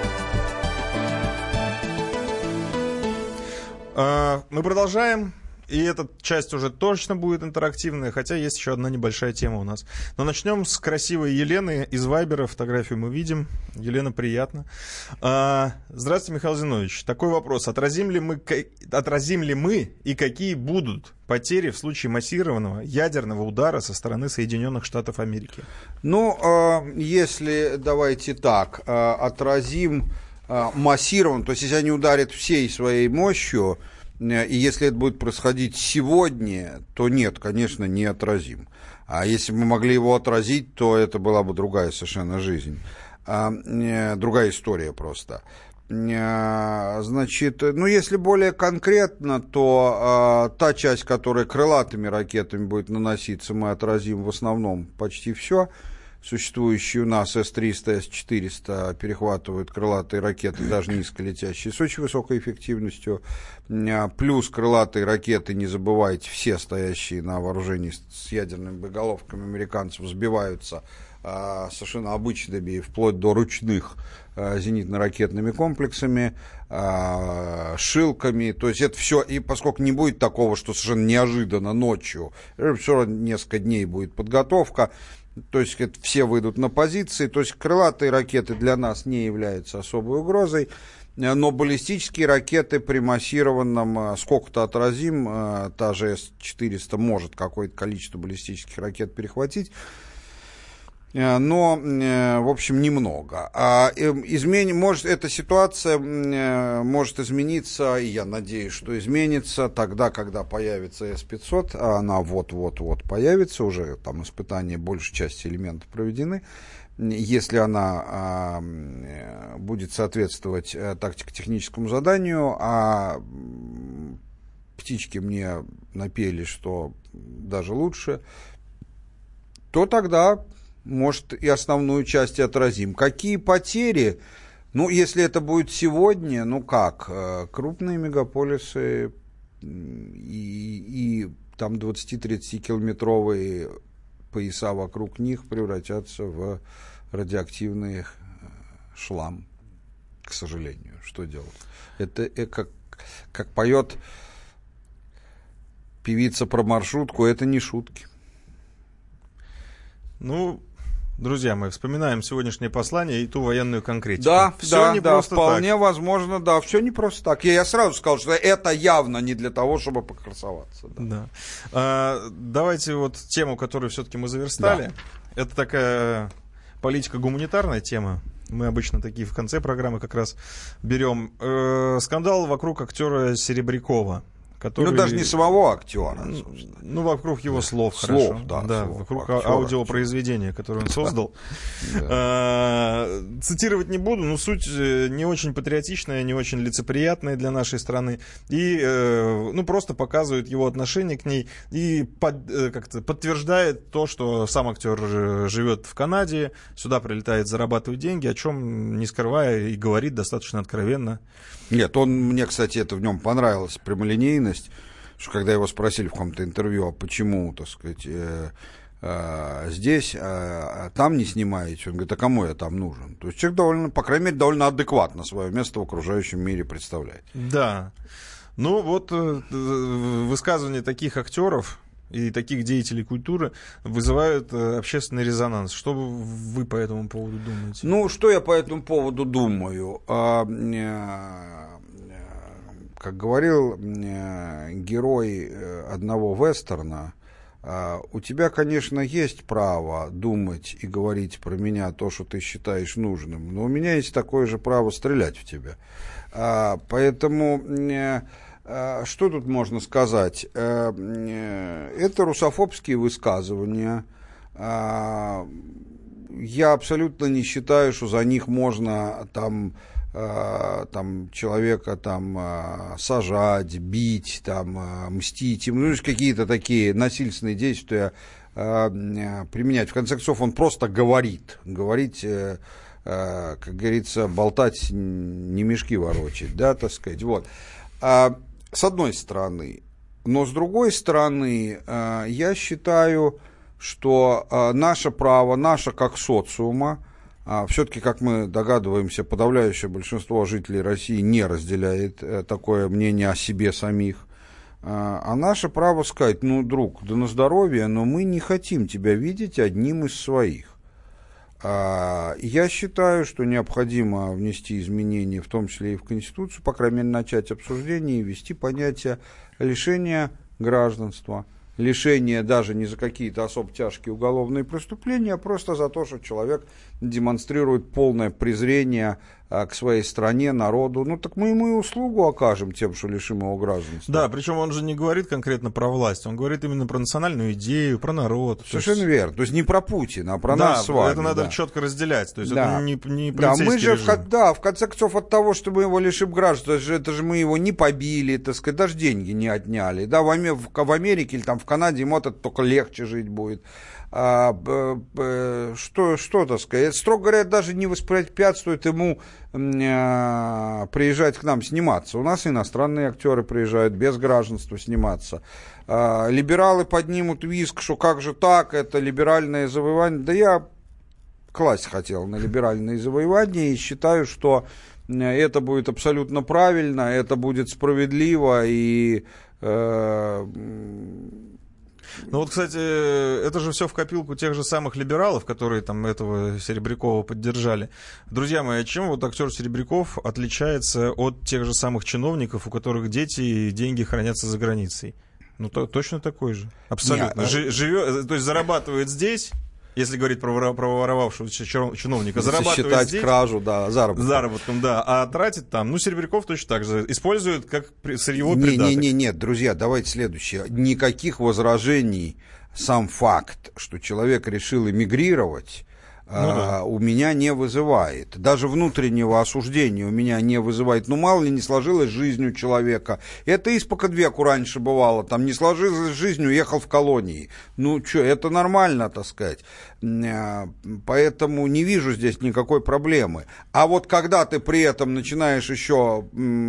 Мы продолжаем. И эта часть уже точно будет интерактивная, хотя есть еще одна небольшая тема у нас. Но начнем с красивой Елены из Вайбера. Фотографию мы видим. Елена, приятно. Здравствуйте, Михаил Зинович. Такой вопрос. Отразим ли мы и какие будут потери в случае массированного ядерного удара со стороны Соединенных Штатов Америки? Ну, если, давайте так, отразим массированно, то есть если они ударят всей своей мощью, и если это будет происходить сегодня, то нет, конечно, не отразим. А если бы мы могли его отразить, то это была бы другая совершенно жизнь. Другая история просто. Значит, ну, если более конкретно, то та часть, которая крылатыми ракетами будет наноситься, мы отразим в основном почти все. Существующие у нас С-300, С-400 перехватывают крылатые ракеты, даже низколетящие, с очень высокой эффективностью. Плюс крылатые ракеты, не забывайте, все стоящие на вооружении с ядерными боеголовками американцев сбиваются совершенно обычными, вплоть до ручных зенитно-ракетными комплексами, шилками. То есть это все, и поскольку не будет такого, что совершенно неожиданно ночью, все равно несколько дней будет подготовка. То есть это все выйдут на позиции, то есть крылатые ракеты для нас не являются особой угрозой, но баллистические ракеты при массированном сколько-то отразим, та же С-400 может какое-то количество баллистических ракет перехватить, но, в общем, немного. Может, эта ситуация может измениться, и я надеюсь, что изменится тогда, когда появится С-500, а она вот-вот-вот появится, уже там испытания большей части элементов проведены. Если она будет соответствовать тактико-техническому заданию, а птички мне напели, что даже лучше, то тогда... может, и основную часть отразим. Какие потери? Ну, если это будет сегодня, ну как? Крупные мегаполисы и там 20-30 километровые пояса вокруг них превратятся в радиоактивный шлам, к сожалению. Что делать? Это как поет певица про маршрутку, это не шутки. Ну, друзья мои, вспоминаем сегодняшнее послание и ту военную конкретику. Да, все не просто вполне так. возможно, да, все не просто так. Я сразу сказал, что это явно не для того, чтобы покрасоваться. Да. Давайте вот тему, которую все-таки мы заверстали. Да. Это такая политико-гуманитарная тема. Мы обычно такие в конце программы как раз берем. Скандал вокруг актера Серебрякова. Который... Ну, даже не самого актера. Ну, вокруг его слов, хорошо. Да, слов, вокруг актера, аудиопроизведения, которое он создал. Цитировать не буду, но суть не очень патриотичная, не очень лицеприятная для нашей страны. И, ну, просто показывает его отношение к ней и как-то подтверждает то, что сам актер живет в Канаде, сюда прилетает зарабатывать деньги, о чем не скрывая и говорит достаточно откровенно. Нет, мне, кстати, это в нем понравилось, прямолинейность. что когда его спросили в каком-то интервью, а почему, так сказать, здесь, там не снимаете, он говорит, а кому я там нужен? То есть человек довольно, по крайней мере, довольно адекватно свое место в окружающем мире представляет. Да. Ну вот высказывания таких актеров и таких деятелей культуры вызывают общественный резонанс. Что вы по этому поводу думаете? Ну, что я по этому поводу думаю? Как говорил герой одного вестерна, у тебя, конечно, есть право думать и говорить про меня то, что ты считаешь нужным, но у меня есть такое же право стрелять в тебя. Поэтому что тут можно сказать? Это русофобские высказывания. Я абсолютно не считаю, что за них можно там человека сажать, бить, мстить, какие-то такие насильственные действия применять. В конце концов, он просто говорить, как говорится, болтать, не мешки ворочать, да, так сказать, вот. С одной стороны. Но с другой стороны, я считаю, что наше право, наше как социума, все-таки, как мы догадываемся, подавляющее большинство жителей России не разделяет такое мнение о себе самих. А наше право сказать, ну, друг, да на здоровье, но мы не хотим тебя видеть одним из своих. Я считаю, что необходимо внести изменения, в том числе и в Конституцию, по крайней мере, начать обсуждение и ввести понятие лишения гражданства. Лишение даже не за какие-то особо тяжкие уголовные преступления, а просто за то, что человек демонстрирует полное презрение к своей стране, народу. Ну, так мы ему и услугу окажем тем, что лишим его гражданства. Да, причем он же не говорит конкретно про власть, он говорит именно про национальную идею, про народ. Совершенно верно. То есть не про Путина, а про нас с вами. Это надо четко разделять. То есть это не мы же, в конце концов, от того, что мы его лишим гражданства, это же мы его не побили, так сказать, даже деньги не отняли. Да, в Америке или там в Канаде ему это только легче жить будет. Что так сказать, строго говоря, даже не воспрепятствует ему приезжать к нам сниматься. У нас иностранные актеры приезжают без гражданства сниматься. Либералы поднимут виск, что как же так, это либеральное завоевание. Да я класть хотел на либеральные завоевания и считаю, что это будет абсолютно правильно, это будет справедливо и... Ну вот, кстати, это же все в копилку тех же самых либералов, которые там этого Серебрякова поддержали. Друзья мои, чем вот актер Серебряков отличается от тех же самых чиновников, у которых дети и деньги хранятся за границей? Ну, точно такой же. Абсолютно. Живет, то есть зарабатывает здесь, если говорить про воровавшегося чиновника, зарабатывает считать здесь, кражу, да, заработком, да, а тратит там, ну, Серебряков точно так же, использует как сырьевой придаток. Нет, друзья, давайте следующее. Никаких возражений сам факт, что человек решил эмигрировать, у меня не вызывает. Даже внутреннего осуждения у меня не вызывает. Ну, мало ли не сложилась жизнь у человека. Это испоконвеку раньше бывало. Там не сложилась жизнь, уехал в колонии. Ну, что, это нормально, так сказать. Поэтому не вижу здесь никакой проблемы. А вот когда ты при этом начинаешь еще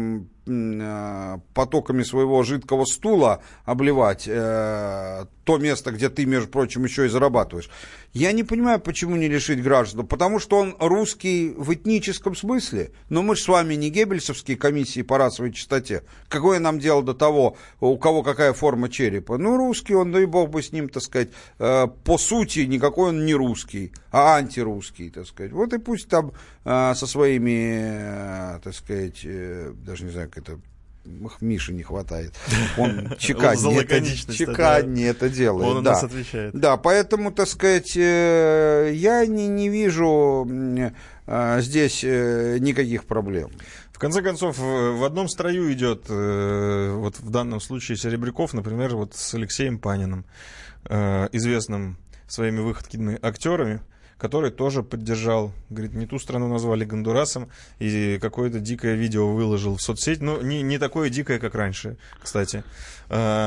потоками своего жидкого стула обливать то место, где ты, между прочим, еще и зарабатываешь. Я не понимаю, почему не лишить гражданства. Потому что он русский в этническом смысле. Но мы же с вами не геббельсовские комиссии по расовой чистоте. Какое нам дело до того, у кого какая форма черепа? Ну, русский он, да и бог бы с ним, так сказать. По сути, никакой он не русский, а антирусский, так сказать. Вот и пусть там со своими, так сказать, даже не знаю, как это... Миши не хватает. Он чеканнее это делает. Он у нас отвечает. Да, поэтому, так сказать, я не вижу здесь никаких проблем. В конце концов, в одном строю идет, вот в данном случае, Серебряков, например, вот с Алексеем Паниным, известным своими выходками актерами, который тоже поддержал, говорит, не ту страну назвали Гондурасом, и какое-то дикое видео выложил в соцсеть, ну, не такое дикое, как раньше, кстати.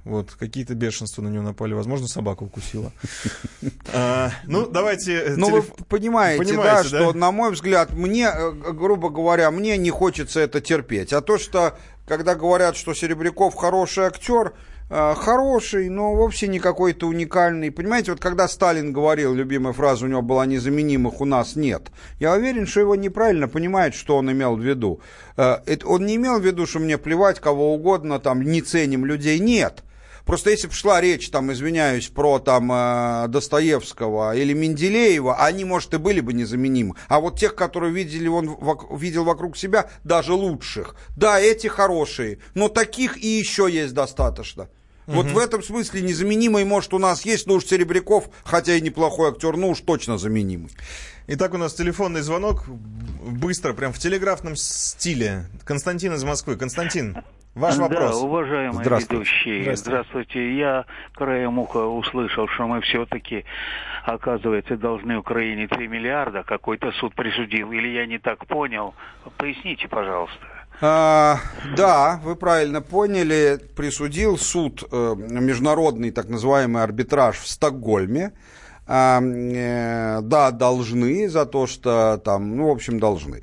Вот, какие-то бешенства на него напали. Возможно, собака укусила. Ну, давайте... Ну, вы понимаете, да, что, на мой взгляд, мне, грубо говоря, мне не хочется это терпеть. А то, что, когда говорят, что Серебряков хороший актер, хороший, но вовсе не какой-то уникальный. Понимаете, вот когда Сталин говорил, любимая фраза у него была «незаменимых у нас нет», я уверен, что его неправильно понимает, что он имел в виду. Он не имел в виду, что мне плевать, кого угодно, там, не ценим людей, нет. Просто если бы шла речь, там, извиняюсь, про там, Достоевского или Менделеева, они, может, и были бы незаменимы. А вот тех, которые он видел вокруг себя, даже лучших. Да, эти хорошие, но таких и еще есть достаточно. Вот в этом смысле незаменимый, может, у нас есть, но уж Серебряков, хотя и неплохой актер, ну уж точно заменимый. Итак, у нас телефонный звонок. Быстро, прям в телеграфном стиле. Константин из Москвы. Константин, ваш вопрос. Да, уважаемые ведущие. Здравствуйте. Я краем уха услышал, что мы все-таки, оказывается, должны Украине 3 миллиарда. Какой-то суд присудил. Или я не так понял? Поясните, пожалуйста. Да, вы правильно поняли, присудил суд международный так называемый арбитраж в Стокгольме. Да, должны за то, что там, ну, в общем, должны.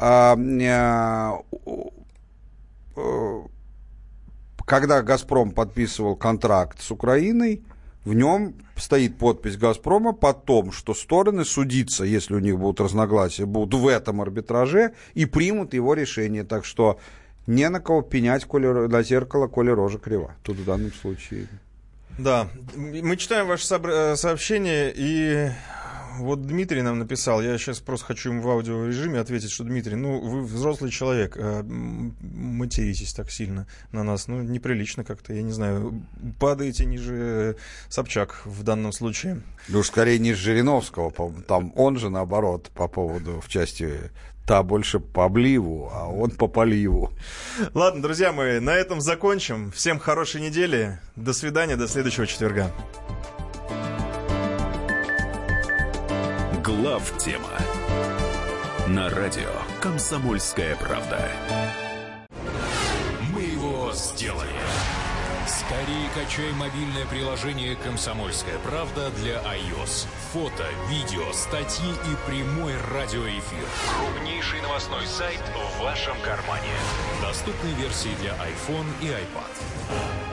Когда «Газпром» подписывал контракт с Украиной, в нем стоит подпись «Газпрома» под том, что стороны судиться, если у них будут разногласия, будут в этом арбитраже и примут его решение. Так что не на кого пенять, коли на зеркало, коли рожа крива. Тут в данном случае. Да, мы читаем ваше сообщение, и вот Дмитрий нам написал, я сейчас просто хочу ему в аудиорежиме ответить, что, Дмитрий, ну, вы взрослый человек, материтесь так сильно на нас, ну, неприлично как-то, я не знаю, падаете ниже Собчак в данном случае. Да уж скорее ниже Жириновского, там он же, наоборот, по поводу, в части... Та больше по обливу, а он по поливу. Ладно, друзья мои, на этом закончим. Всем хорошей недели. До свидания, до следующего четверга. Главтема на радио «Комсомольская правда». Мы его сделали. Скорее качай мобильное приложение «Комсомольская правда» для iOS. Фото, видео, статьи и прямой радиоэфир. Крупнейший новостной сайт в вашем кармане. Доступны версии для iPhone и iPad.